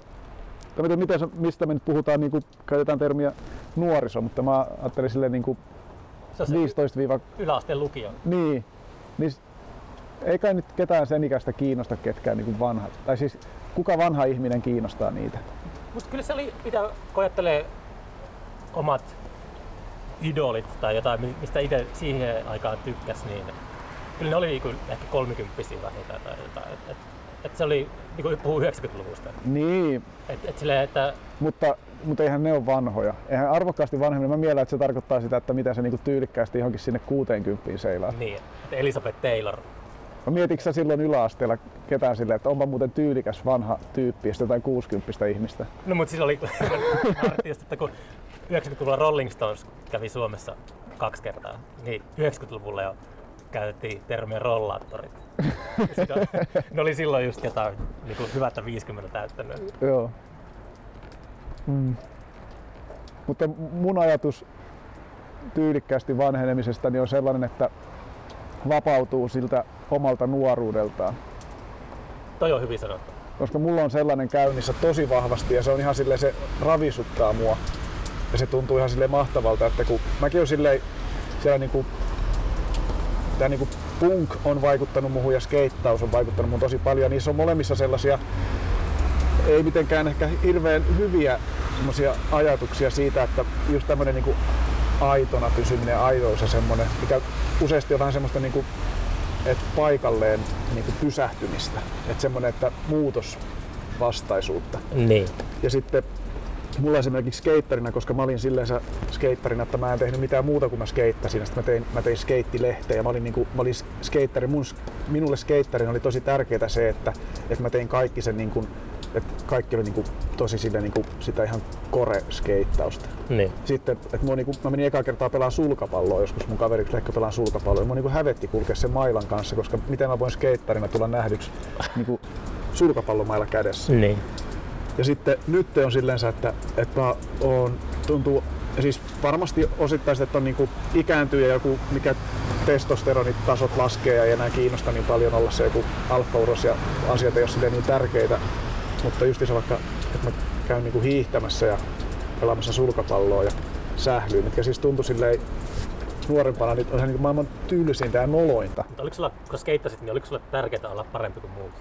Mistä me nyt puhutaan, niin kuin, käytetään termiä nuoriso, mutta mä ajattelin silleen niin kuin Se on se 15 yläasteen lukio. Niin. Ei kai nyt ketään sen ikäistä kiinnosta ketkään niin kuin vanhat. Tai siis kuka vanha ihminen kiinnostaa niitä? Musta kyllä se oli, mitä kun ajattelee omat idolit tai jotain, mistä itse siihen aikaan tykkäs, niin kyllä ne oli niinku ehkä 30-vuotiaita vähintään tai jotain. Et se oli, niinku puhuu 90-luvusta. Niin. Silleen, että Mutta eihän ne ole vanhoja. Eihän arvokkaasti vanhemmille. Mä miellän, että se tarkoittaa sitä, että miten se niinku tyylikkäästi johonkin sinne 60 seilaa. niin, että Elizabeth Taylor. No mietitkö sä silloin yläasteella ketään silleen, että onpa muuten tyylikäs vanha tyyppi ja sitten jotain 60 ihmistä? No mutta siis oli, just, että kun 90-luvulla Rolling Stones kävi Suomessa 2 kertaa, niin 90-luvulla jo käytettiin termiä rollaattorit. Ne oli silloin just jotain niin kuin hyvättä 50 täyttänyt. Joo. Mutta mun ajatus tyylikkäästi vanhenemisesta niin on sellainen, että vapautuu siltä omalta nuoruudeltaan. Toi on hyvin sanottu. Koska mulla on sellainen käynnissä tosi vahvasti ja se on ihan silleen, se ravisuttaa mua. Ja se tuntuu ihan silleen mahtavalta, että kun mäkin on silleen, siellä niinku, tää niinku punk on vaikuttanut muhun ja skeittaus on vaikuttanut muhun tosi paljon. Niissä on molemmissa sellaisia, ei mitenkään ehkä hirveän hyviä semmosia ajatuksia siitä, että just tämmönen niinku aitona pysyminen, aitous ja semmonen, mikä useasti on vähän semmoista niinku, että paikalleen niinku pysähtymistä. Että semmonen, että muutosvastaisuutta. Niin. Ja sitten mulla esimerkiksi skeittarina, koska mä olin silleen skeittarina, että mä en tehnyt mitään muuta kuin mä skeittasin. Sitten mä tein skeittilehteä ja mä olin skeittari. Minulle skeittarina oli tosi tärkeää se, että mä tein kaikki sen niinku, että kaikki oli niinku tosi silleen niinku sitä ihan core-skeittausta. Niin. Sitten, että mä menin ekaa kertaa pelaamaan sulkapalloa, joskus mun kaveriksi lähti pelaamaan sulkapalloa. Mua niinku hävetti kulkea sen mailan kanssa, koska miten mä voin skeittarina tulla nähdyksi niinku sulkapallomailla kädessä. Niin. Ja sitten nyt on silleensä, että mä tuntuu, siis varmasti osittain sitä, että on niinku ikääntyy ja joku mikä testosteronitasot laskee ja ei enää kiinnosta niin paljon olla se joku alfa-uros ja asiat ei ole silleen niin tärkeitä. Mutta just se vaikka, että mä käyn niinku hiihtämässä ja pelaamassa sulkapalloa ja sählyyn, mitkä siis tuntui silleen nuorempana, niin on se niinku maailman tylsintä ja nolointa. Mutta oliko sulla, kun skeittasit, niin oliko sulle tärkeää olla parempi kuin muut?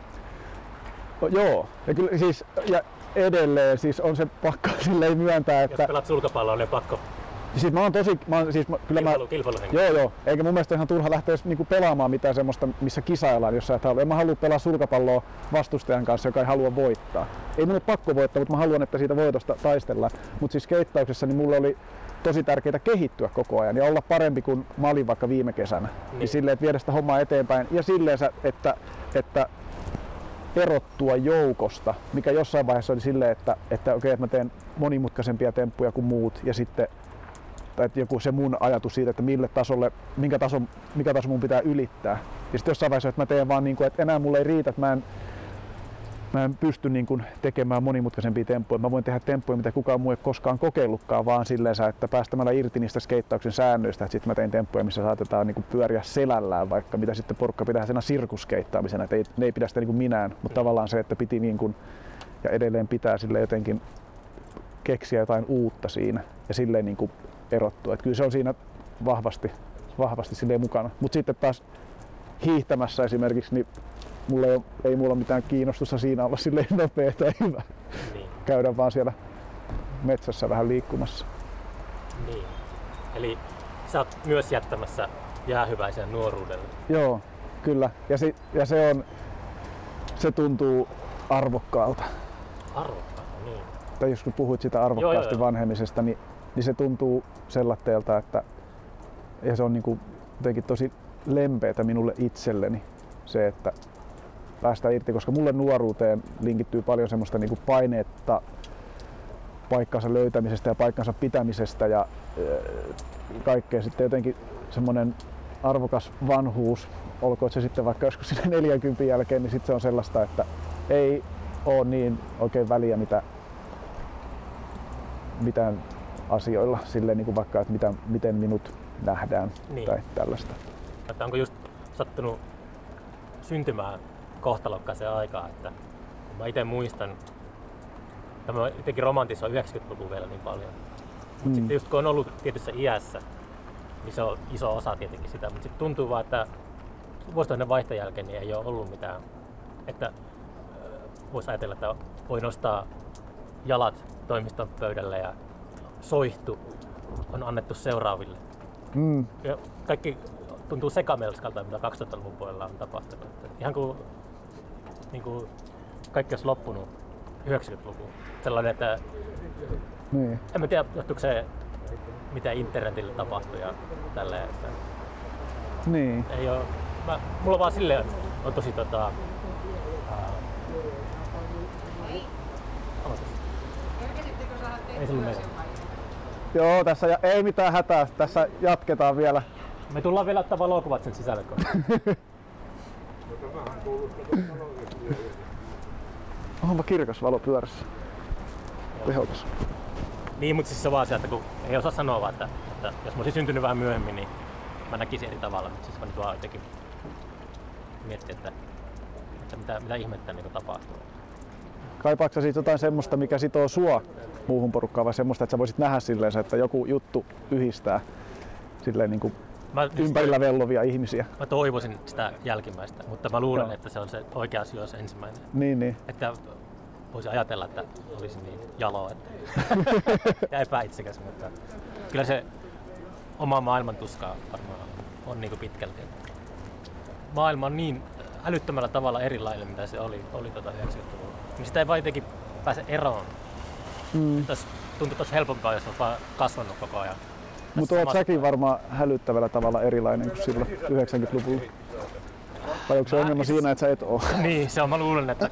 Joo, ja kyllä siis ja edelleen siis on se pakko silleen myöntää, että jos pelaat sulkapalloa, niin on pakko siis kilpailuhenki. Joo, eikä mun mielestä ihan turha lähteä niinku pelaamaan mitään semmoista, missä kisaillaan jossain tavalla. En mä halua pelaa sulkapalloa vastustajan kanssa, joka ei halua voittaa. Ei mun ole pakko voittaa, mutta mä haluan, että siitä voitosta taistellaan. Mutta siis skeittauksessa niin mulle oli tosi tärkeää kehittyä koko ajan ja olla parempi kuin mä olin vaikka viime kesänä. Niin silleen, että viedä sitä hommaa eteenpäin ja silleen, että erottua joukosta, mikä jossain vaiheessa oli silleen, että okei, että mä teen monimutkaisempia temppuja kuin muut ja sitten tai joku se mun ajatus siitä, että mikä taso mun pitää ylittää. Ja sitten jossain vaiheessa, että mä teen vaan niin kuin, että enää mulle ei riitä, että mä en pysty niin kuin tekemään monimutkaisempia temppuja. Mä voin tehdä temppuja, mitä kukaan muu ei koskaan kokeillutkaan, vaan silleen, että päästämällä irti niistä skeittauksen säännöistä, että sitten mä tein temppuja, missä saatetaan niin kuin pyöriä selällään, vaikka mitä sitten porukka pitää sen sirkusskeittaamisena, että ne ei pidä sitä niin kuin minään, mutta tavallaan se, että piti niin kuin, ja edelleen pitää sille jotenkin keksiä jotain uutta siinä ja silleen niin kuin erottua. Että kyllä se on siinä vahvasti silleen mukana. Mutta sitten taas hiihtämässä esimerkiksi, niin ei mulla mitään kiinnostusta siinä olla silleen nopea tai hyvä. Niin. Käydä vaan siellä metsässä vähän liikkumassa. Niin. Eli sä oot myös jättämässä jäähyväisen nuoruudelle. Joo, kyllä. Ja se tuntuu arvokkaalta. Arvokkaalta, niin. Tai jos kun puhuit sitä arvokkaasti vanhemisesta, niin se tuntuu sellatteelta, että ja se on niinku jotenkin tosi lempeätä minulle itselleni se, että päästään irti, koska mulle nuoruuteen linkittyy paljon semmoista niinku paineetta paikkansa löytämisestä ja paikkansa pitämisestä ja kaikkea sitten jotenkin semmoinen arvokas vanhuus, olkoon se sitten vaikka joskus sinne 40 jälkeen, niin sitten se on sellaista, että ei ole niin oikein väliä mitään asioilla, silleen niin kuin vaikka, että miten minut nähdään niin. Tai tällaista. Että onko just sattunut syntymään kohtalokkaaseen aikaan, että mä itse muistan, että mä jotenkin romantisoin 90-luvun vielä niin paljon. Mutta sitten just kun on ollut tietyssä iässä, iso osa tietenkin sitä, mutta sitten tuntuu vaan, että vuosituhannen vaihteen jälkeen niin ei ole ollut mitään, että voisi ajatella, että voi nostaa jalat toimiston pöydälle ja soihtu on annettu seuraaville. Ja kaikki tuntuu sekamelskalta, mitä 2000-luvun puolella on tapahtunut. Että ihan kuin, niin kuin kaikki olisi loppunut 90-luvulla. Sellainen, että Niin. en mä tiedä, johtuuko se mitä internetillä tapahtui ja tälleen. Että Niin. ei ole, mulla vaan silleen on tosi ei sillä mene. Joo, tässä ei mitään hätää. Tässä jatketaan vielä. Me tullaan vielä ottaa valokuvat sen sisälle. Onpa kirkas valo pyörässä. Tehokas. Niin, mutta siis se on vaan se, että kun ei osaa sanoa vaan, että jos mä olisin syntynyt vähän myöhemmin, niin mä näkisin eri tavalla. Mutta siis mä nyt vaan jotenkin miettiä, että mitä ihmettä niin tapahtuu. Kaipaatko sä siitä jotain semmoista, mikä sitoo sua muuhun porukkaan, vai semmoista, että sä voisit nähdä silleen, että joku juttu yhdistää silleen niin kuin ympärillä vellovia ihmisiä? Mä toivoisin sitä jälkimmäistä, mutta mä luulen, Joo. että se on se oikea asia se ensimmäinen. Niin. Että voisi ajatella, että olisi niin jalo ja epäitsekäs, mutta kyllä se oma maailman tuska varmaan on niin kuin pitkälti. Maailma on niin älyttömällä tavalla erilainen, mitä se oli 90-luvulla. Niin sitä ei vaan jotenkin pääse eroon. Tuntuu tosi helpompaa, jos on vaan kasvanut koko ajan. Mutta oot säkin varmaan hälyttävällä tavalla erilainen kuin silloin 90-luvulla. Vai onko se ongelma siinä, että sä et oo? Niin, se on. Mä luulen, että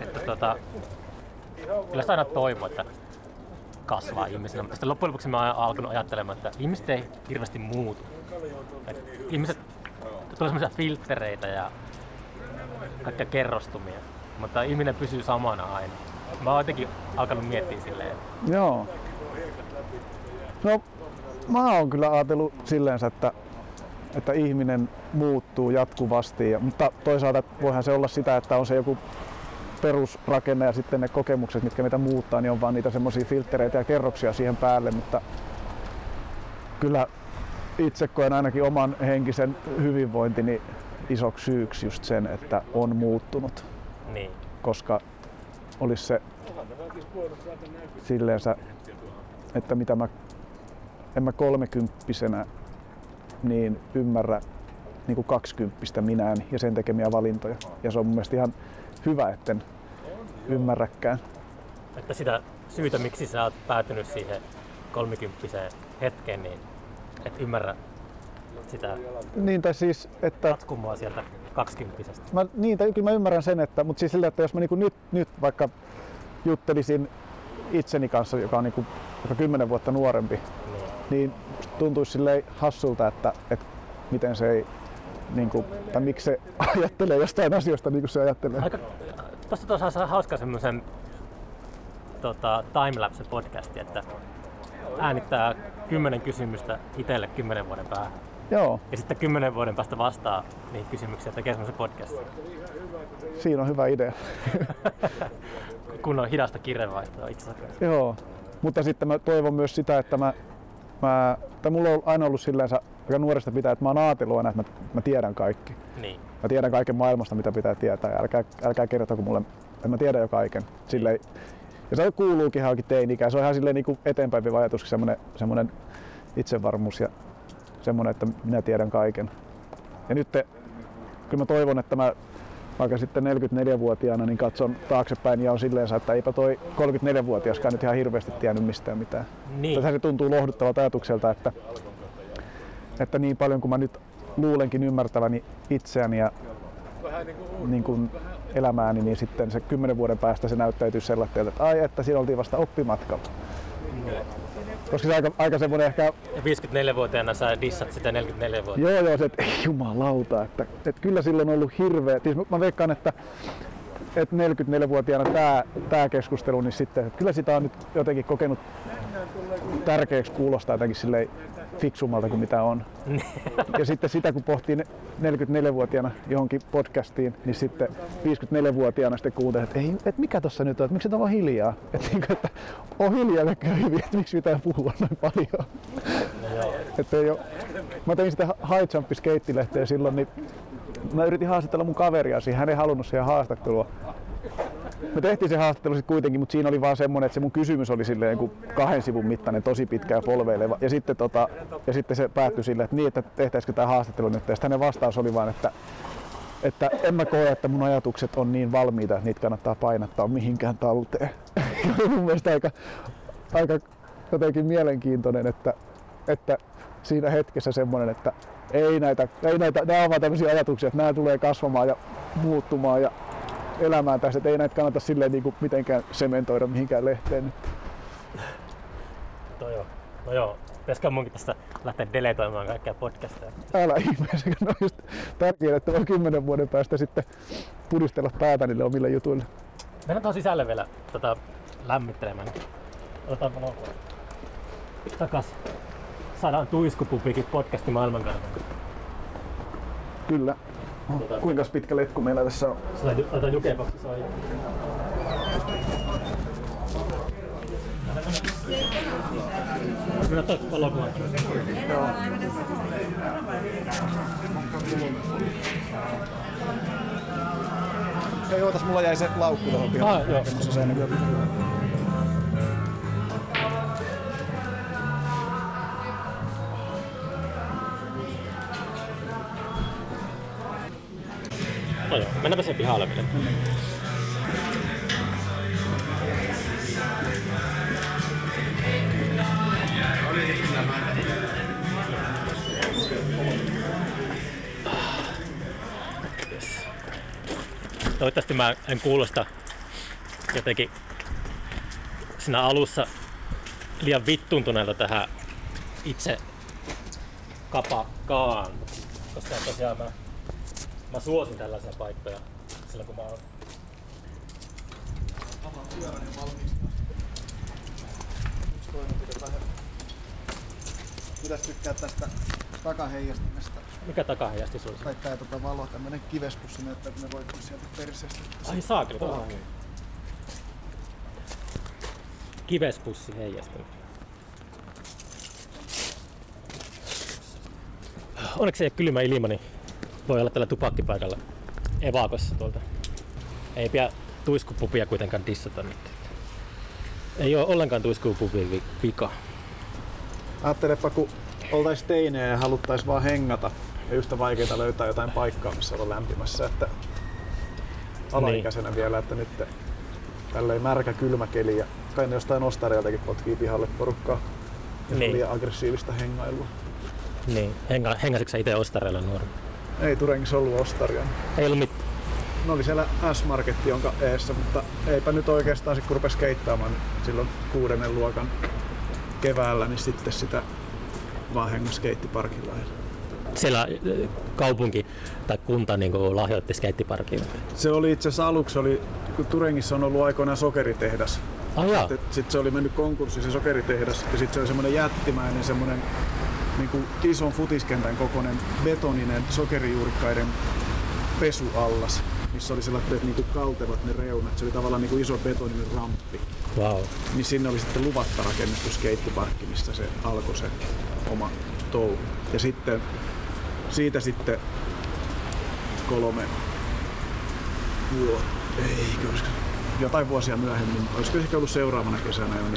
kyllä sitä aina toivoo, että kasvaa ihmisenä. Mutta sitten loppujen lopuksi mä oon alkanut ajattelemaan, että ihmiset ei hirveästi muutu. Ihmiset tulee semmoisia filttereitä ja kaikkia kerrostumia, mutta ihminen pysyy samana aina. Mä oon jotenkin alkanut miettiä silleen. Joo. No, mä oon kyllä ajatellut silleensä, että ihminen muuttuu jatkuvasti, mutta toisaalta voihan se olla sitä, että on se joku perusrakenne ja sitten ne kokemukset, mitkä meitä muuttaa, niin on vaan niitä semmoisia filttereitä ja kerroksia siihen päälle, mutta kyllä itse koen ainakin oman henkisen hyvinvointini isoksi syyksi just sen, että on muuttunut. Niin. Koska olisi se silleensä, että mitä en mä 30-vuotiaana niin ymmärrä niin kuin 20-vuotiaista minään ja sen tekemiä valintoja. Ja se on mun mielestä ihan hyvä, etten ymmärräkään. Että sitä syytä, miksi sä oot päätynyt siihen 30-vuotiaan hetkeen, niin et ymmärrä sitä Niin, tai siis, että jatkumoa sieltä 20-vuotiaasta. Niin, tai kyllä mä ymmärrän sen, mutta siis sillä, että jos mä niin kuin nyt vaikka juttelisin itseni kanssa, joka on niin kuin, joka 10 vuotta nuorempi, niin tuntuisi silleen hassulta, että miten se ei, niin kuin, tai miksi se ajattelee jostain asioista niin kuin se ajattelee. Tuossa on hauska semmoisen timelapse-podcasti, että äänittää 10 kysymystä itselle 10 vuoden päähän. Joo. Ja sitten 10 vuoden päästä vastaa niihin kysymyksiin ja tekee semmoisen podcastin. Siinä on hyvä idea. Kun on hidasta kirjeenvaihtoa itse asiassa. Joo, mutta sitten mä toivon myös sitä, että mulla on aina ollut silleen aika nuoresta pitää, että mä oon ajatellut aina, että mä tiedän kaikki. Niin. Mä tiedän kaiken maailmasta, mitä pitää tietää, ja älkää kertoko mulle, että mä tiedän jo kaiken. Silleen, ja se kuuluukin johonkin teini-ikään. Se on ihan silleen niin kuin eteenpäin vievä ajatus, semmoinen itsevarmuus ja semmoinen, että minä tiedän kaiken. Ja nyt kyllä mä toivon, että mä vaikka sitten 44-vuotiaana niin katson taaksepäin ja on silleen, että eipä toi 34-vuotiaskaan nyt ihan hirveästi tiennyt mistään mitään. Niin. Tässä se tuntuu lohduttavalta ajatukselta, että niin paljon kuin mä nyt luulenkin ymmärtäväni itseäni ja niin kuin elämääni, niin sitten se 10 vuoden päästä se näyttäytyy sellaiselta, että ai, että siinä oltiin vasta oppimatkalla. Koska se aika semmoinen ehkä... Ja 54-vuotiaana sä dissat sitä 44-vuotiaana. Joo, se, että ei jumalauta, että kyllä silloin on ollut hirveä. Mä veikkaan, että 44-vuotiaana tää keskustelu, niin sitten, että kyllä sitä on nyt jotenkin kokenut tärkeäksi kuulostaa jotenkin silleen fiksummalta kuin mitä on. Ja sitten sitä kun pohtii 44-vuotiaana johonkin podcastiin, niin sitten 54-vuotiaana sitten kuuntelee, että mikä tossa nyt on, että miksi tämä on hiljaa. Että on hiljaa ja hyvin, että miksi pitää puhua noin paljon. Että ei oo... Mä tein sitä High Jump skeittilehteä silloin, niin mä yritin haastatella mun kaveria siihen. Hän ei halunnut siihen haastattelua. Me tehtiin se haastattelu sitten kuitenkin, mutta siinä oli vaan semmoinen, että se mun kysymys oli silleen 2 sivun mittainen, tosi pitkä ja polveileva. Ja sitten se päättyi silleen, että niin, että tehtäisikö tämä haastattelu nyt. Ja sitten hänen vastaus oli vaan, että en mä koe, että mun ajatukset on niin valmiita, että niitä kannattaa painattaa mihinkään talteen. Mun mielestä aika jotenkin mielenkiintoinen, että siinä hetkessä semmoinen, että nämä on vaan tämmöisiä ajatuksia, että nämä tulee kasvamaan ja muuttumaan ja elämään tässä, että ei näitä kannata silleen niin kuin mitenkään sementoida mihinkään lehteen. No joo, pitäisikö munkin tästä lähteä deletoimaan kaikkia podcasteja? Älä ihmeessä, ne on just tärkeää, että voi 10 vuoden päästä sitten pudistella päätä niille omille jutuille. Mennään tuohon sisälle vielä lämmittelemään. Otetaan valokuva. Takas. Saadaan Tuiskupubikin podcasti maailmankartalla. Kyllä. Kuinka pitkä letku meillä tässä on? Otetaan Jukeboksi soi. Mennään tuohon valokuvaan. Joo. Ei ootas, mulla jäi se laukku tuohon pihaan. Joo. No joo, mennäänpä siihen pihalle vielä. Toivottavasti mä en kuulosta jotenkin siinä alussa liian vittuuntuneelta tähän itse kapakkaan, koska tosiaan mä suosin tällaisia paikkoja silloin kun mä oon. Avaan pyörän ja valmiiksi. Yksi toimenpide vähän. Mitäs tykkää tästä takaheijastimesta? Mikä takaheijasti sulla? Tai tää valo, tämmönen kivespussi näyttää, että ne roikkuu sieltä perseestä. Ai saakeli, tuolla on. Kivespussi heijastunut. Onneksi ei ole kylmä ilma, niin voi olla tällä tupakkipaikalla evakossa tuolta. Ei pidä Tuiskupubia kuitenkaan dissata nyt. Ei oo ollenkaan Tuiskupubin vika. Ajattelepa, kun oltais teinejä ja haluttais vaan hengata ja yhtä vaikeeta löytää jotain paikkaa, missä olla lämpimässä, että alaikäisenä niin. Vielä, että nyt tälleen märkä kylmä keli ja kai ne jostain ostareiltakin potkii pihalle porukkaa ja niin. Liian aggressiivista hengailua. Niin, hengasitko sä ite ostareilla nuorena? Ei Turengissa ollut ostaria. Ei ollut mitään. Ne oli siellä S-Marketti jonka eessä, mutta eipä nyt oikeastaan sit kun rupesi skeittaamaan silloin 6. luokan keväällä, niin sitten sitä vaan hengas skeittiparkilla. Siellä kaupunki tai kunta niin lahjoitti skeittiparkille? Se oli itse asiassa aluksi, kun Turengissa on ollut aikoinaan sokeritehdas. Sitten se oli mennyt konkurssiin se sokeritehdas ja sitten se oli semmoinen jättimäinen semmoinen niin ison futiskentän kokoinen betoninen sokerijuurikkaiden pesuallas, missä oli sellaiset niin kaltevat ne reunat. Se oli tavallaan niin iso betoninen ramppi. Wow. Niin sinne oli sitten luvatta rakennettu skeittiparkki, mistä se alkoi se oma touhu. Ja sitten siitä sitten 3 vuotta, jotain vuosia myöhemmin, olisiko ehkä ollut seuraavana kesänä jo,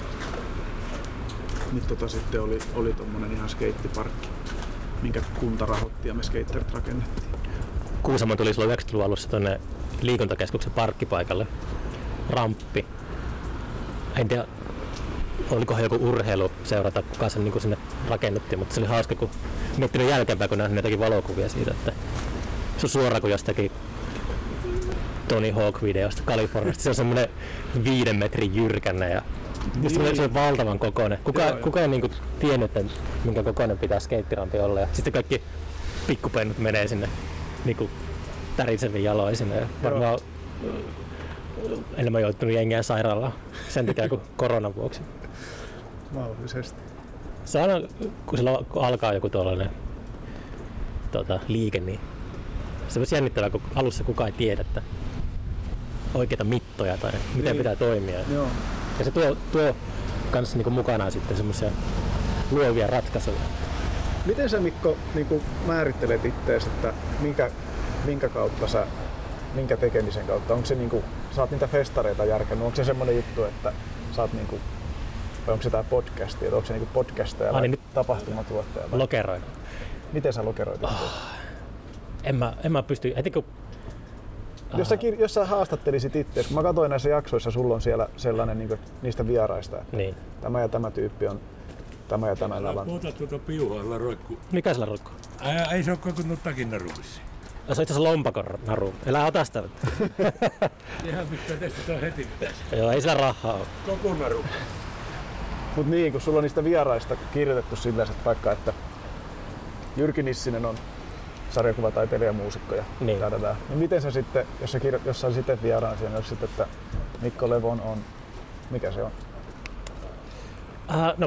niin sitten oli tommonen ihan skeittiparkki, minkä kunta rahoitti ja me skaterit rakennettiin. Kuusamo tuli silloin 90-luvun alussa tuonne liikuntakeskuksen parkkipaikalle, ramppi. En tiedä, olikohan joku urheiluseurata, kuka sen niin sinne rakennutti, mutta se oli hauska, kun miettinyt jälkeenpäin, kun nähnyt jotakin valokuvia siitä, että se on suora kuin jostakin Tony Hawk-videosta Kaliforniasta. Se on semmoinen 5 metrin jyrkänne ja niin. Se on valtavan kokoinen. Kuka ei niinku tiennyt, että minkä kokoinen pitää skeittirampi olla. Ja sitten kaikki pikkupennut menee sinne niinku täriseviin jaloin sinne. Ja varmaan enemmän joutunut jengiä sairaalaan sen takia kuin koronan vuoksi. Mahdollisesti. Se aina, kun alkaa joku tuollainen liike, niin se on jännittävää, kun alussa kukaan ei tiedä, että oikeita mittoja tai miten pitää toimia. Joo. Ja se tuo kanssa niinku mukanaan sitten semmoisia luovia ratkaisuja. Miten sä, Mikko, niin määrittelet ittees, että minkä kautta minkä tekemisen kautta? Onko se sä oot niitä festareita järkännyt? Onko se semmoinen juttu, että sä oot vai onko se tää podcasti, että onko se podcastaja vai tapahtumatuottaja? Lokeroida. Miten sä lokeroit? En mä pysty, heti kun... Jos sä haastattelisit itseäsi, kun mä katsoin näissä jaksoissa, sulla on siellä sellainen niistä vieraista, että niin. Tämä ja tämä tyyppi on tämä ja tämä navan. Ota tuota piuhalla roikkuu. Mikä sillä roikkuu? Ei se oo koko takin naruissa. Se on itse asiassa lompakon naru. Elää ota sitä. Ihan pitää testata heti. Joo, ei sillä rahaa ole. Koko naru. Mut niin, kun sulla on niistä vieraista kirjoitettu silleen, että vaikka että Jyrki Nissinen on sarjakuvataiteilija ja muusikko ja niin. Niin miten sä sitten, jos sä olisit vieraan siinä, jos sitten, että Mikko Levon on, mikä se on? No,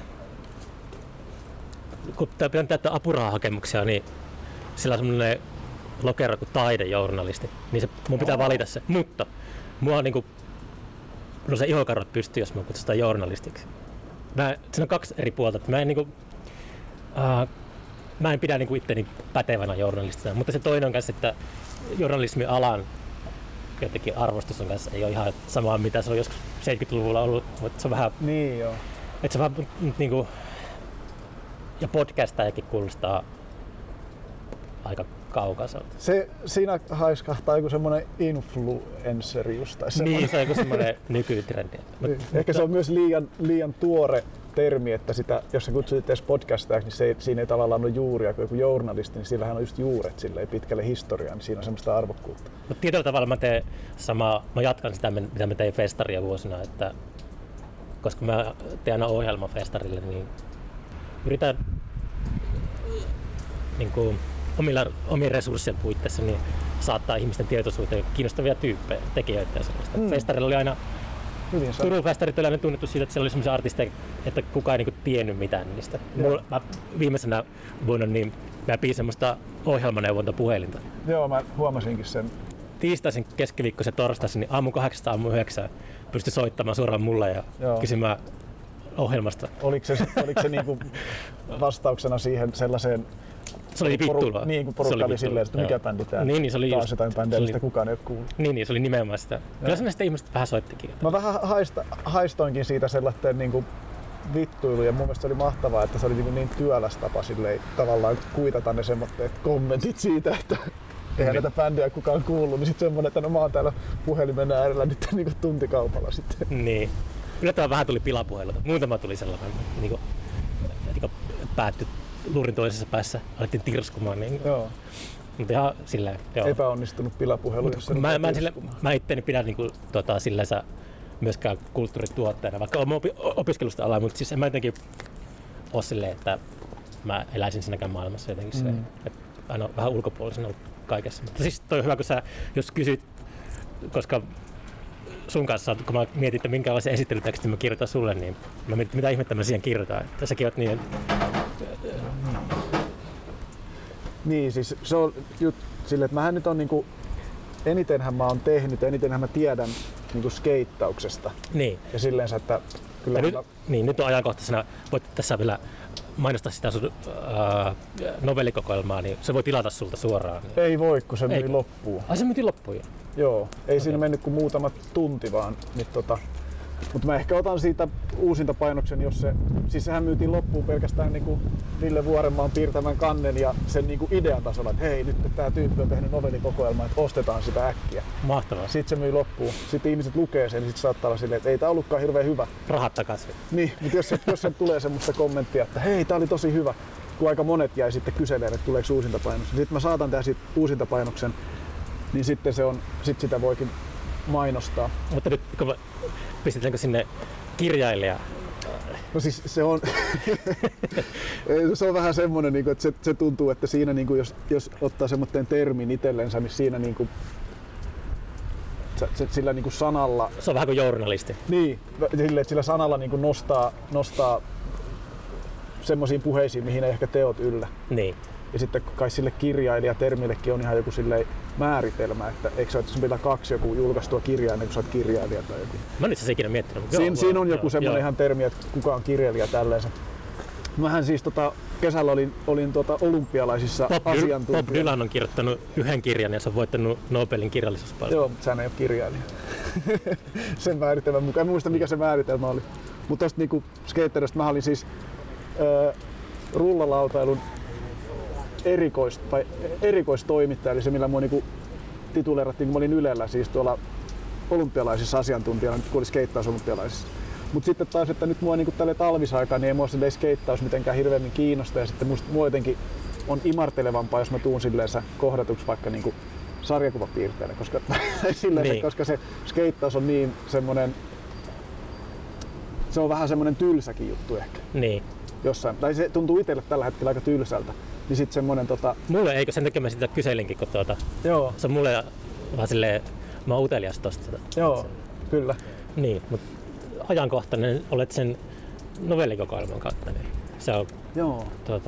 kun pitää täyttää apurahahakemuksia, niin sillä on semmoinen lokero kuin taidejournalisti, niin se, mun pitää valita se. Mutta mua niinku, mulla on se ihokarvat pystyy, jos mä kutsutaan journalistiksi. Siinä on kaksi eri puolta, että mä en pidä niinku itteni pätevänä journalistina, mutta se toinen on kanssa, että journalismin alan jotenkin arvostus on kanssa ei ole ihan samaa, mitä se on joskus 70-luvulla ollut, mutta se on vähän... Niin joo. Että se vaan niinku... Ja podcastajakin kuulostaa aika kaukaiselta. Siinä haiskahtaa joku semmoinen influencer just tai semmoinen. Niin, se on joku semmoinen nykytrendi. Ehkä se on myös liian tuore termi, että sitä, jos sä kutsut edes podcastajaksi, niin siinä ei tavallaan ole juuria, kun joku journalisti, niin sillähän on just juuret silleen pitkälle historiaan, niin siinä on semmoista arvokkuutta. Mutta tietyllä tavalla mä jatkan sitä, mitä mä tein festaria vuosina, että koska mä teen aina ohjelman festarille, niin yritän niin kuin, omien resurssien puitteissa niin saattaa ihmisten tietoisuuteen kiinnostavia tyyppejä, tekijöitä ja sellaista. Festarilla oli aina Turun festarit oli aina tunnettu siitä, että siellä oli sellaisia artisteja, että kukaan ei niinku tiennyt mitään niistä. Mä viimeisenä vuonna niin mä pidin semmoista ohjelmaneuvontapuhelinta. Joo, mä huomasinkin sen. Tiistaisin, keskiviikkoisen, torstaisin, niin aamu 8 aamu 9 pystyi soittamaan suoraan mulle ja kysymään ohjelmasta. Oliko se niinku vastauksena siihen sellaiseen se oli vittuilua. Niin kuin porukka oli silleen, että mikä bändi tää niin, se oli taas just, jotain bändiä, mistä kukaan ei ole kuullut. Niin, se oli nimenomaan sitä. Kyllä se näistä ihmiset vähän soittikin. Mä vähän haistoinkin siitä sellaisten niinku vittuilu ja mun mielestä se oli mahtavaa, että se oli niin työläs tapa silleen, tavallaan kuitata ne semmoitteet kommentit siitä, että eihän näitä bändiä kukaan kuullut, niin sitten semmoinen, että no mä oon täällä puhelimen äärellä nyt niinku tuntikaupalla sitten. Niin. Yllättävän vähän tuli pilapuheluita. Muutama tuli sellainen, niinku päättyi luurin toisessa päässä, alettiin tirskumaan. Niin. Joo. Mutta ihan silleen, joo. Epäonnistunut pilapuhelu. Mä itteni pidän niinku, sillänsä myöskään kulttuurituotteena, vaikka olen opiskelusta ala, mutta siis en mä jotenkin ole silleen, että mä eläisin siinäkään maailmassa jotenkin silleen, että aina vähän ulkopuolisena ollut kaikessa. Mutta siis toi on hyvä, kun sä jos kysyt, koska sun kanssa, kun mä mietin, että minkälaisen esittelytekstin mä kirjoitan sulle, niin mä mietin, mitä ihmettä mä siihen kirjoitan. Säkin oot niin... Niin, siis se on silleen, että mähän nyt on niinku, enitenhän mä oon tehnyt, enitenhän mä tiedän niinku skeittauksesta. Niin. Ja silleen, että kyllä... Nyt on ajankohtaisena, voit tässä vielä mainostaa sitä sun novellikokoelmaa, niin se voi tilata sulta suoraan. Niin. Ei voi, kun se myi loppuun. Ai se myi loppuun jo? Joo, ei siinä mennyt kuin muutama tunti vaan. Niin mutta mä ehkä otan siitä uusinta painoksen, jos se... Siis sehän myytiin loppuun pelkästään niinku Ville Vuorenmaan piirtämän kannen ja sen niinku idean tasolla, että hei, nyt tää tyyppi on tehnyt novellikokoelmaa, että ostetaan sitä äkkiä. Mahtavaa. Sitten se myy loppuun. Sitten ihmiset lukee sen, niin sit saattaa olla silleen, että ei tää ollutkaan hirveän hyvä. Rahat takaisin. Niin, mutta jos se tulee semmoista kommenttia, että hei, tää oli tosi hyvä, kun aika monet jäi sitten kyselemään, että tuleeko uusintapainos. Sitten mä saatan tehdä siitä uusintapainoksen, niin sitten sitä voikin mainostaa. Mutta nyt pistetäänkö sinne kirjailija? No siis se on, se on vähän semmoinen, että se tuntuu, että siinä jos ottaa semmoinen termin itsellensä, niin siinä sillä sanalla... Se on vähän kuin journalisti. Niin, sillä sanalla nostaa semmoisiin puheisiin, mihin ei ehkä teot yllä. Niin. Ja sitten kai sille kirjailijatermillekin on ihan joku määritelmä, että eikö se ole, että sun pitää 2 joku julkaistua kirjaa ennen kuin sä oot kirjailija tai joku. Mä en itse asiassa ikinä miettinyt. Siinä on joku semmoinen ihan termi, että kuka on kirjailija tälleensä. Mähän siis kesällä olin olympialaisissa Bob asiantuntijana. Dylan on kirjoittanut yhden kirjan ja se on voittanut Nobelin kirjallisuuspalkinnon. Joo, mutta sehän ei ole kirjailija. Sen määritelmän mukaan. En muista mikä se määritelmä oli. Mutta tosta niinku skaterista mä olin siis rullalautailun erikoistoimittaja, eli se millä mua niinku tituleerattiin, kun mä olin Ylellä siis tuolla olympialaisissa asiantuntijana, kun oli skeittausolympialaisissa. Mutta sitten taas, että nyt mua niinku tälle talvisaikaan, niin ei mua silleen skeittaus mitenkään hirveämmin kiinnosta, ja sitten mua jotenkin on imartelevampaa, jos mä tuun silleensä kohdatuksi vaikka niinku sarjakuvapiirteellä, koska, niin. Koska se skeittaus on niin semmonen, se on vähän semmonen tylsäkin juttu ehkä. Niin. Jossain, tai se tuntuu itselle tällä hetkellä aika tylsältä. Niin sit semmonen Mulle eikö sen takia mä sitä kyselinkin, kun Joo. se on mulle vähän silleen, mä oon utelias tosta. Joo, kyllä. Niin, mutta ajankohtainen olet sen novellikokoelman kautta, niin se on Joo.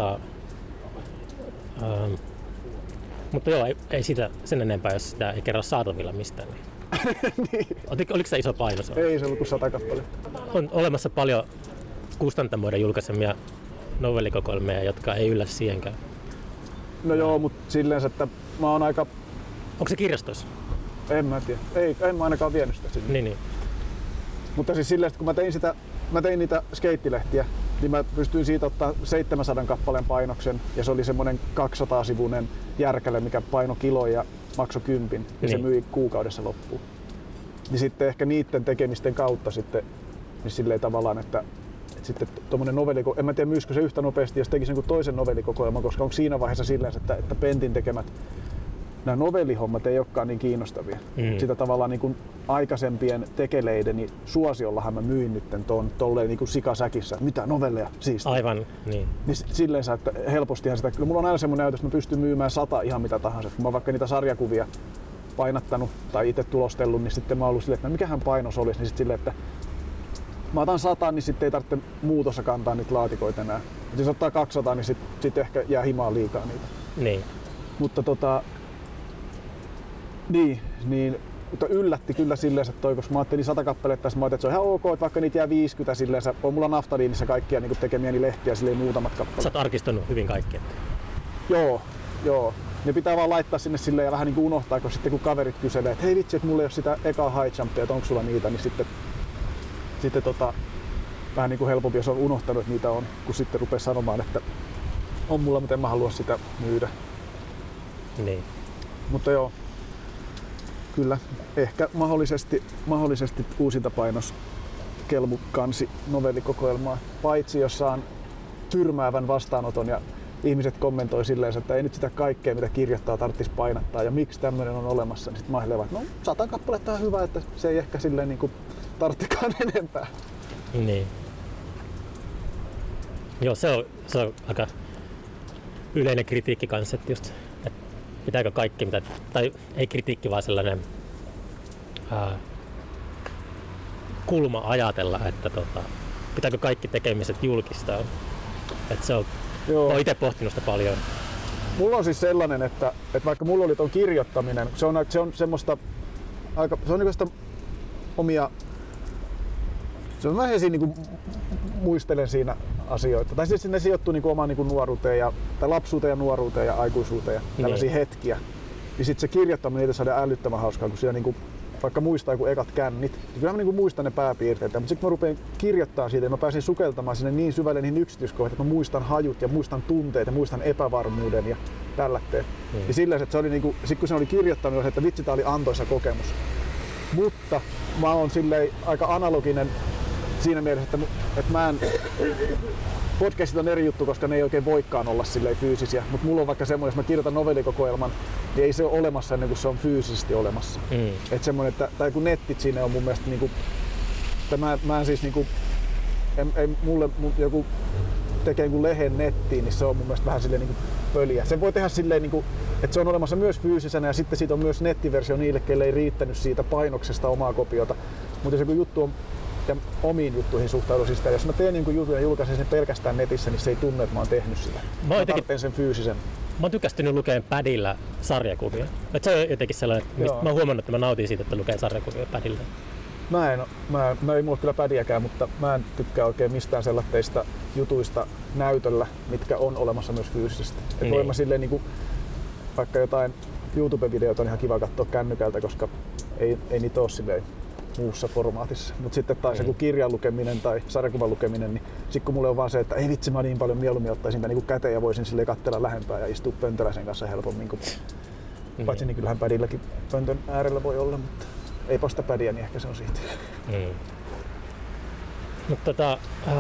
Mutta joo, ei siitä sen enempää, jos sitä ei kerran saatavilla mistään. Niin. Oliko se iso paino? Ei se ollut kuin 100 kappaletta. On olemassa paljon kustantamoiden julkaisemia novellikokoelmia, jotka ei yllä siihenkään. No joo, mutta silleen, että mä oon aika... Onko se kirjastoissa? En mä tiedä. En mä ainakaan vienyt sitä sinne. Niin. Mutta siis silleen, että kun mä tein niitä skeittilehtiä, niin mä pystyin siitä ottaa 700 kappaleen painoksen, ja se oli semmonen 200-sivuinen järkäle, mikä paino kilo ja maksoi 10, ja se myi kuukaudessa loppuun. Niin sitten ehkä niiden tekemisten kautta sitten, niin silleen tavallaan, että sitten tommonen novellikokoelma, en mä tiedä myisikö se yhtä nopeasti, jos tekisi jonkun toisen novellikokoelman, koska onko siinä vaiheessa silleen, että Pentin tekemät nämä novellihommat ei olekaan niin kiinnostavia. Sitä tavallaan niin kuin aikaisempien tekeleideni suosiollahan mä myin nyt tolleen niin kuin sikasäkissä. Mitä novelleja? Siistiä. Aivan, niin. Niin silleen että helpostihan sitä, kyllä mulla on aina semmoinen näytös, että mä pystyn myymään 100 ihan mitä tahansa. Kun mä oon vaikka niitä sarjakuvia painattanut tai itse tulostellut, niin sitten mä oon ollut silleen, että mikähän painos olisi, niin sitten silleen, että mä otan 100, niin sitten ei tarvitse muutossa kantaa niitä laatikoita enää. Jos ottaa 200, niin sitten ehkä jää himaan liikaa niitä. Niin. Mutta mutta yllätti kyllä silleen, että koska mä ajattelin 100 kappaletta, mä ajattelin, että se on ihan ok, että vaikka niitä jää 50 silleen, on mulla naftaliinissa kaikkia niin tekemiäni lehtiä silleen muutamat kappaleet. Sä oot arkistanut hyvin kaikkea. Joo. Ne pitää vaan laittaa sinne silleen ja vähän niin kuin unohtaa, kun sitten kun kaverit kyselee, että hei vitsi, että mulla ei ole sitä ekaa high jumpia, että onko sulla niitä, niin sitten vähän niin kuin helpompi, jos on unohtanut, että niitä on, kun sitten rupeaa sanomaan, että on mulla, mutta en mä halua sitä myydä. Niin. Mutta joo, kyllä ehkä mahdollisesti uusintapainos kelmukansi novellikokoelmaa, paitsi jos saan tyrmäävän vastaanoton ja ihmiset kommentoi silleen, että ei nyt sitä kaikkea mitä kirjoittaa tarvitsisi painattaa ja miksi tämmöinen on olemassa, niin sitten mä että no 100 kappaletta on hyvä, että se ei ehkä silleen niin kuin tarvitsekaan enempää. Niin. Joo, se on aika yleinen kritiikki kanssa, että just, että pitääkö kaikki, tai ei kritiikki, vaan sellainen kulma ajatella, että pitääkö kaikki tekemiset julkistaa. Että se on, olen itse pohtinut sitä paljon. Mulla on siis sellainen, että vaikka mulla oli ton kirjoittaminen, se on semmoista aika, se on niinku sitä omia, se on vähän niinku muistelen siinä asioita. Tai siis ne sijoittuu niinku omaan niinku nuoruuteen tai lapsuuteen ja nuoruuteen ja aikuisuuteen ja tällaisia hetkiä. Ja sit se kirjoittaminen niitä saadaan älyttömän hauskaa, kun siellä niinku, vaikka muistaa joku ekat kännit, niin kyllä mä niinku muistan ne pääpiirteitä, mutta sitten kun mä rupean kirjoittaa siitä, niin mä pääsen sukeltamaan sinne niin syvälle niihin yksityiskohtiin, että mä muistan hajut ja muistan tunteet ja muistan epävarmuuden ja tällätteen. Ja silleen, että se oli niinku, sit kun se oli kirjoittanut, oli, että vitsi, tää oli antoisa kokemus. Mutta mä oon silleen aika analoginen siinä mielessä, että mä en... Podcastit on eri juttu, koska ne ei oikein voikaan olla silleen fyysisiä, mutta mulla on vaikka semmoinen, jos mä kirjoitan novellikokoelman, niin ei se ole olemassa ennen kuin se on fyysisesti olemassa. Että semmoinen, tai kun nettit siinä on mun mielestä niinku, mä en siis niinku, ei mulle joku tekee joku lehen nettiin, niin se on mun mielestä vähän silleen niinku pöliä. Sen voi tehdä silleen niinku, että se on olemassa myös fyysisenä ja sitten siitä on myös nettiversio niille, kelle ei riittänyt siitä painoksesta omaa kopiota. Mutta jos joku juttu on ja omiin juttuihin suhtaudun siis sitä. Jos mä teen jonkun jutun ja julkaisen sen pelkästään netissä, niin se ei tunne, että mä oon tehnyt sitä. Mä tarvitsen sen fyysisen. Mä oon tykästynyt lukeen padilla sarjakuvia. Et se on jotenkin sellainen, mistä mä oon huomannut, että mä nautin siitä, että lukee sarjakuvia padilla. Mä ei mulla kyllä pädiäkään, mutta mä en tykkää oikein mistään sellaisista jutuista näytöllä, mitkä on olemassa myös fyysisesti. Et Niin. voin mä silleen niinku, vaikka jotain YouTube-videoita on ihan kiva katsoa kännykältä, koska ei niitä oo silleen muussa formaatissa. Mut sitten taas joku kirjan lukeminen tai sarjakuvan lukeminen, niin sit kun mulle on vaan se, että ei vitsi, mä niin paljon mieluummin ottaisin niinku käteen ja voisin silleen katsella lähempää ja istua pöntöllä sen kanssa helpommin. Paitsi niin kyllähän pädilläkin pöntön äärellä voi olla, mutta ei posta pädiä, niin ehkä se on siitä. Mutta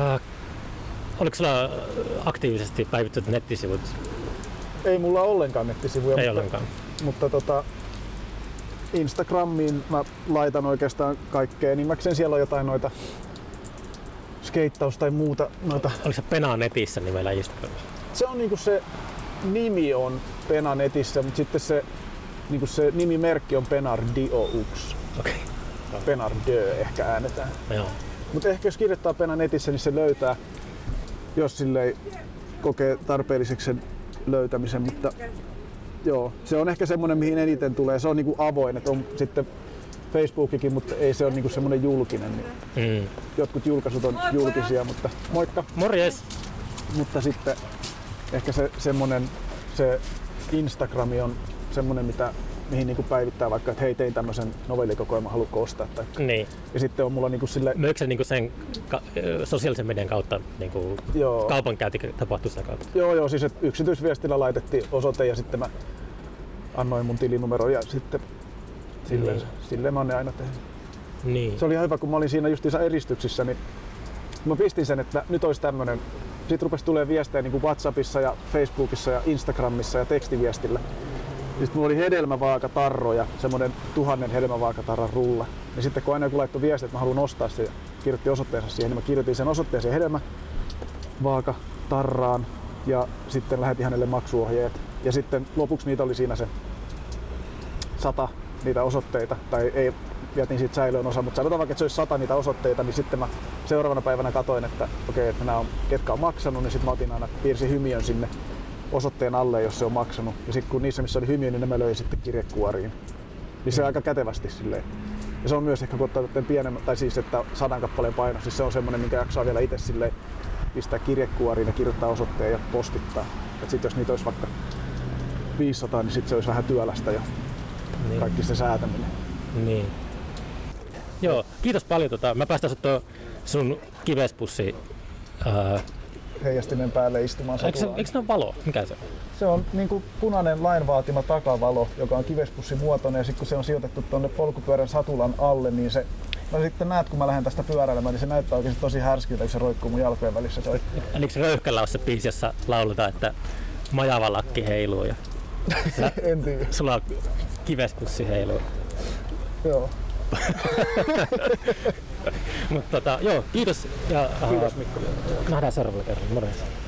oliko sulla aktiivisesti päivittynyt nettisivut? Ei mulla ollenkaan nettisivuja, Ei ollenkaan. mutta Instagramiin mä laitan oikeastaan kaikkea. Enimmäkseen siellä on jotain noita skeittaus tai muuta. Oliko se Penaa netissä nimellä Instagramissa? Se on niinku se nimi on Pena netissä, mutta sitten niinku se nimimerkki on Penardious. Okei. Penardö ehkä äänetään. Joo. Mutta ehkä jos kirjoittaa Pena netissä, niin se löytää, jos silleen kokee tarpeelliseksi sen löytämisen. Mutta joo, se on ehkä semmoinen, mihin eniten tulee. Se on niinku avoin, että on sitten Facebookikin, mutta ei se ole niinku semmoinen julkinen. Niin jotkut julkaisut on julkisia, mutta moikka! Morjes! Mutta sitten ehkä se Instagrami on semmoinen, mihin niinku päivittää vaikka, että hei, tein tämmöisen novellikokoelman, haluatko ostaa? Tai... Niin. Ja sitten on mulla niinku sille... Möikö se niinku sen sosiaalisen median kautta niinku kaupankäynti tapahtui sitä kautta? Joo, siis yksityisviestillä laitettiin osoite ja sitten mä annoin mun tilinumeron ja sitten silleen mä oon ne aina tehnyt. Niin. Se oli ihan hyvä, kun mä olin siinä justiinsa eristyksissä, niin mä pistin sen, että nyt olisi tämmönen. Sitten rupesi tulee viestejä niin kuin WhatsAppissa ja Facebookissa ja Instagramissa ja tekstiviestillä. Sitten mulla oli hedelmävaakatarro ja semmonen 1000 hedelmävaakatarran rulla. Ja sitten kun aina joku laittoi viestiä, että mä haluan ostaa se ja kirjoitti osoitteensa siihen, niin mä kirjoitin sen osoitteeseen hedelmävaakatarraan ja sitten lähetin hänelle maksuohjeet. Ja sitten lopuksi niitä oli siinä se 100 niitä osoitteita, tai ei vietin siitä säilöön osa, mutta sanotaan vaikka, että se olisi 100 niitä osoitteita, niin sitten mä seuraavana päivänä katoin, että okei, että nämä on, ketkä on maksanut, niin sitten mä otin aina, piirsin hymiön sinne osoitteen alle, jos se on maksanut. Ja sitten kun niissä, missä oli hymiö, niin ne mä löin sitten kirjekuoriin. Niin se on aika kätevästi silleen. Ja se on myös ehkä, kun ottaa pienemmän, tai siis, että 100 kappaleen paino, siis se on semmoinen, minkä jaksaa vielä itse silleen pistää kirjekuoriin ja kirjoittaa osoitteen ja postittaa. Että sitten jos niitä olisi vaikka 500, niin sitten se olisi vähän työlästä ja kaikki se säätäminen. Niin. Joo, kiitos paljon. Mä päästän sut sun kivespussi. Heijastimen päälle istumaan satulaan. Eikö se ole valo? Mikä se on? Se on niinku punainen lain vaatima takavalo, joka on kivespussin muotoinen, ja sitten kun se on sijoitettu tuonne polkupyörän satulan alle, niin se... No sitten näet, kun mä lähden tästä pyöräilemään, niin se näyttää oikeasti tosi härskiltä, kun se roikkuu mun jalkojen välissä. Oliko se Röyhkällä on se biisi, jossa lauletaan, että majava lakki heiluu ja en tiedä. sulla on kivespussi heiluu. Joo. Mutta joo, kiitos ja Kiitos Mikko. nähdään seuraavalla kerralla. Morjens.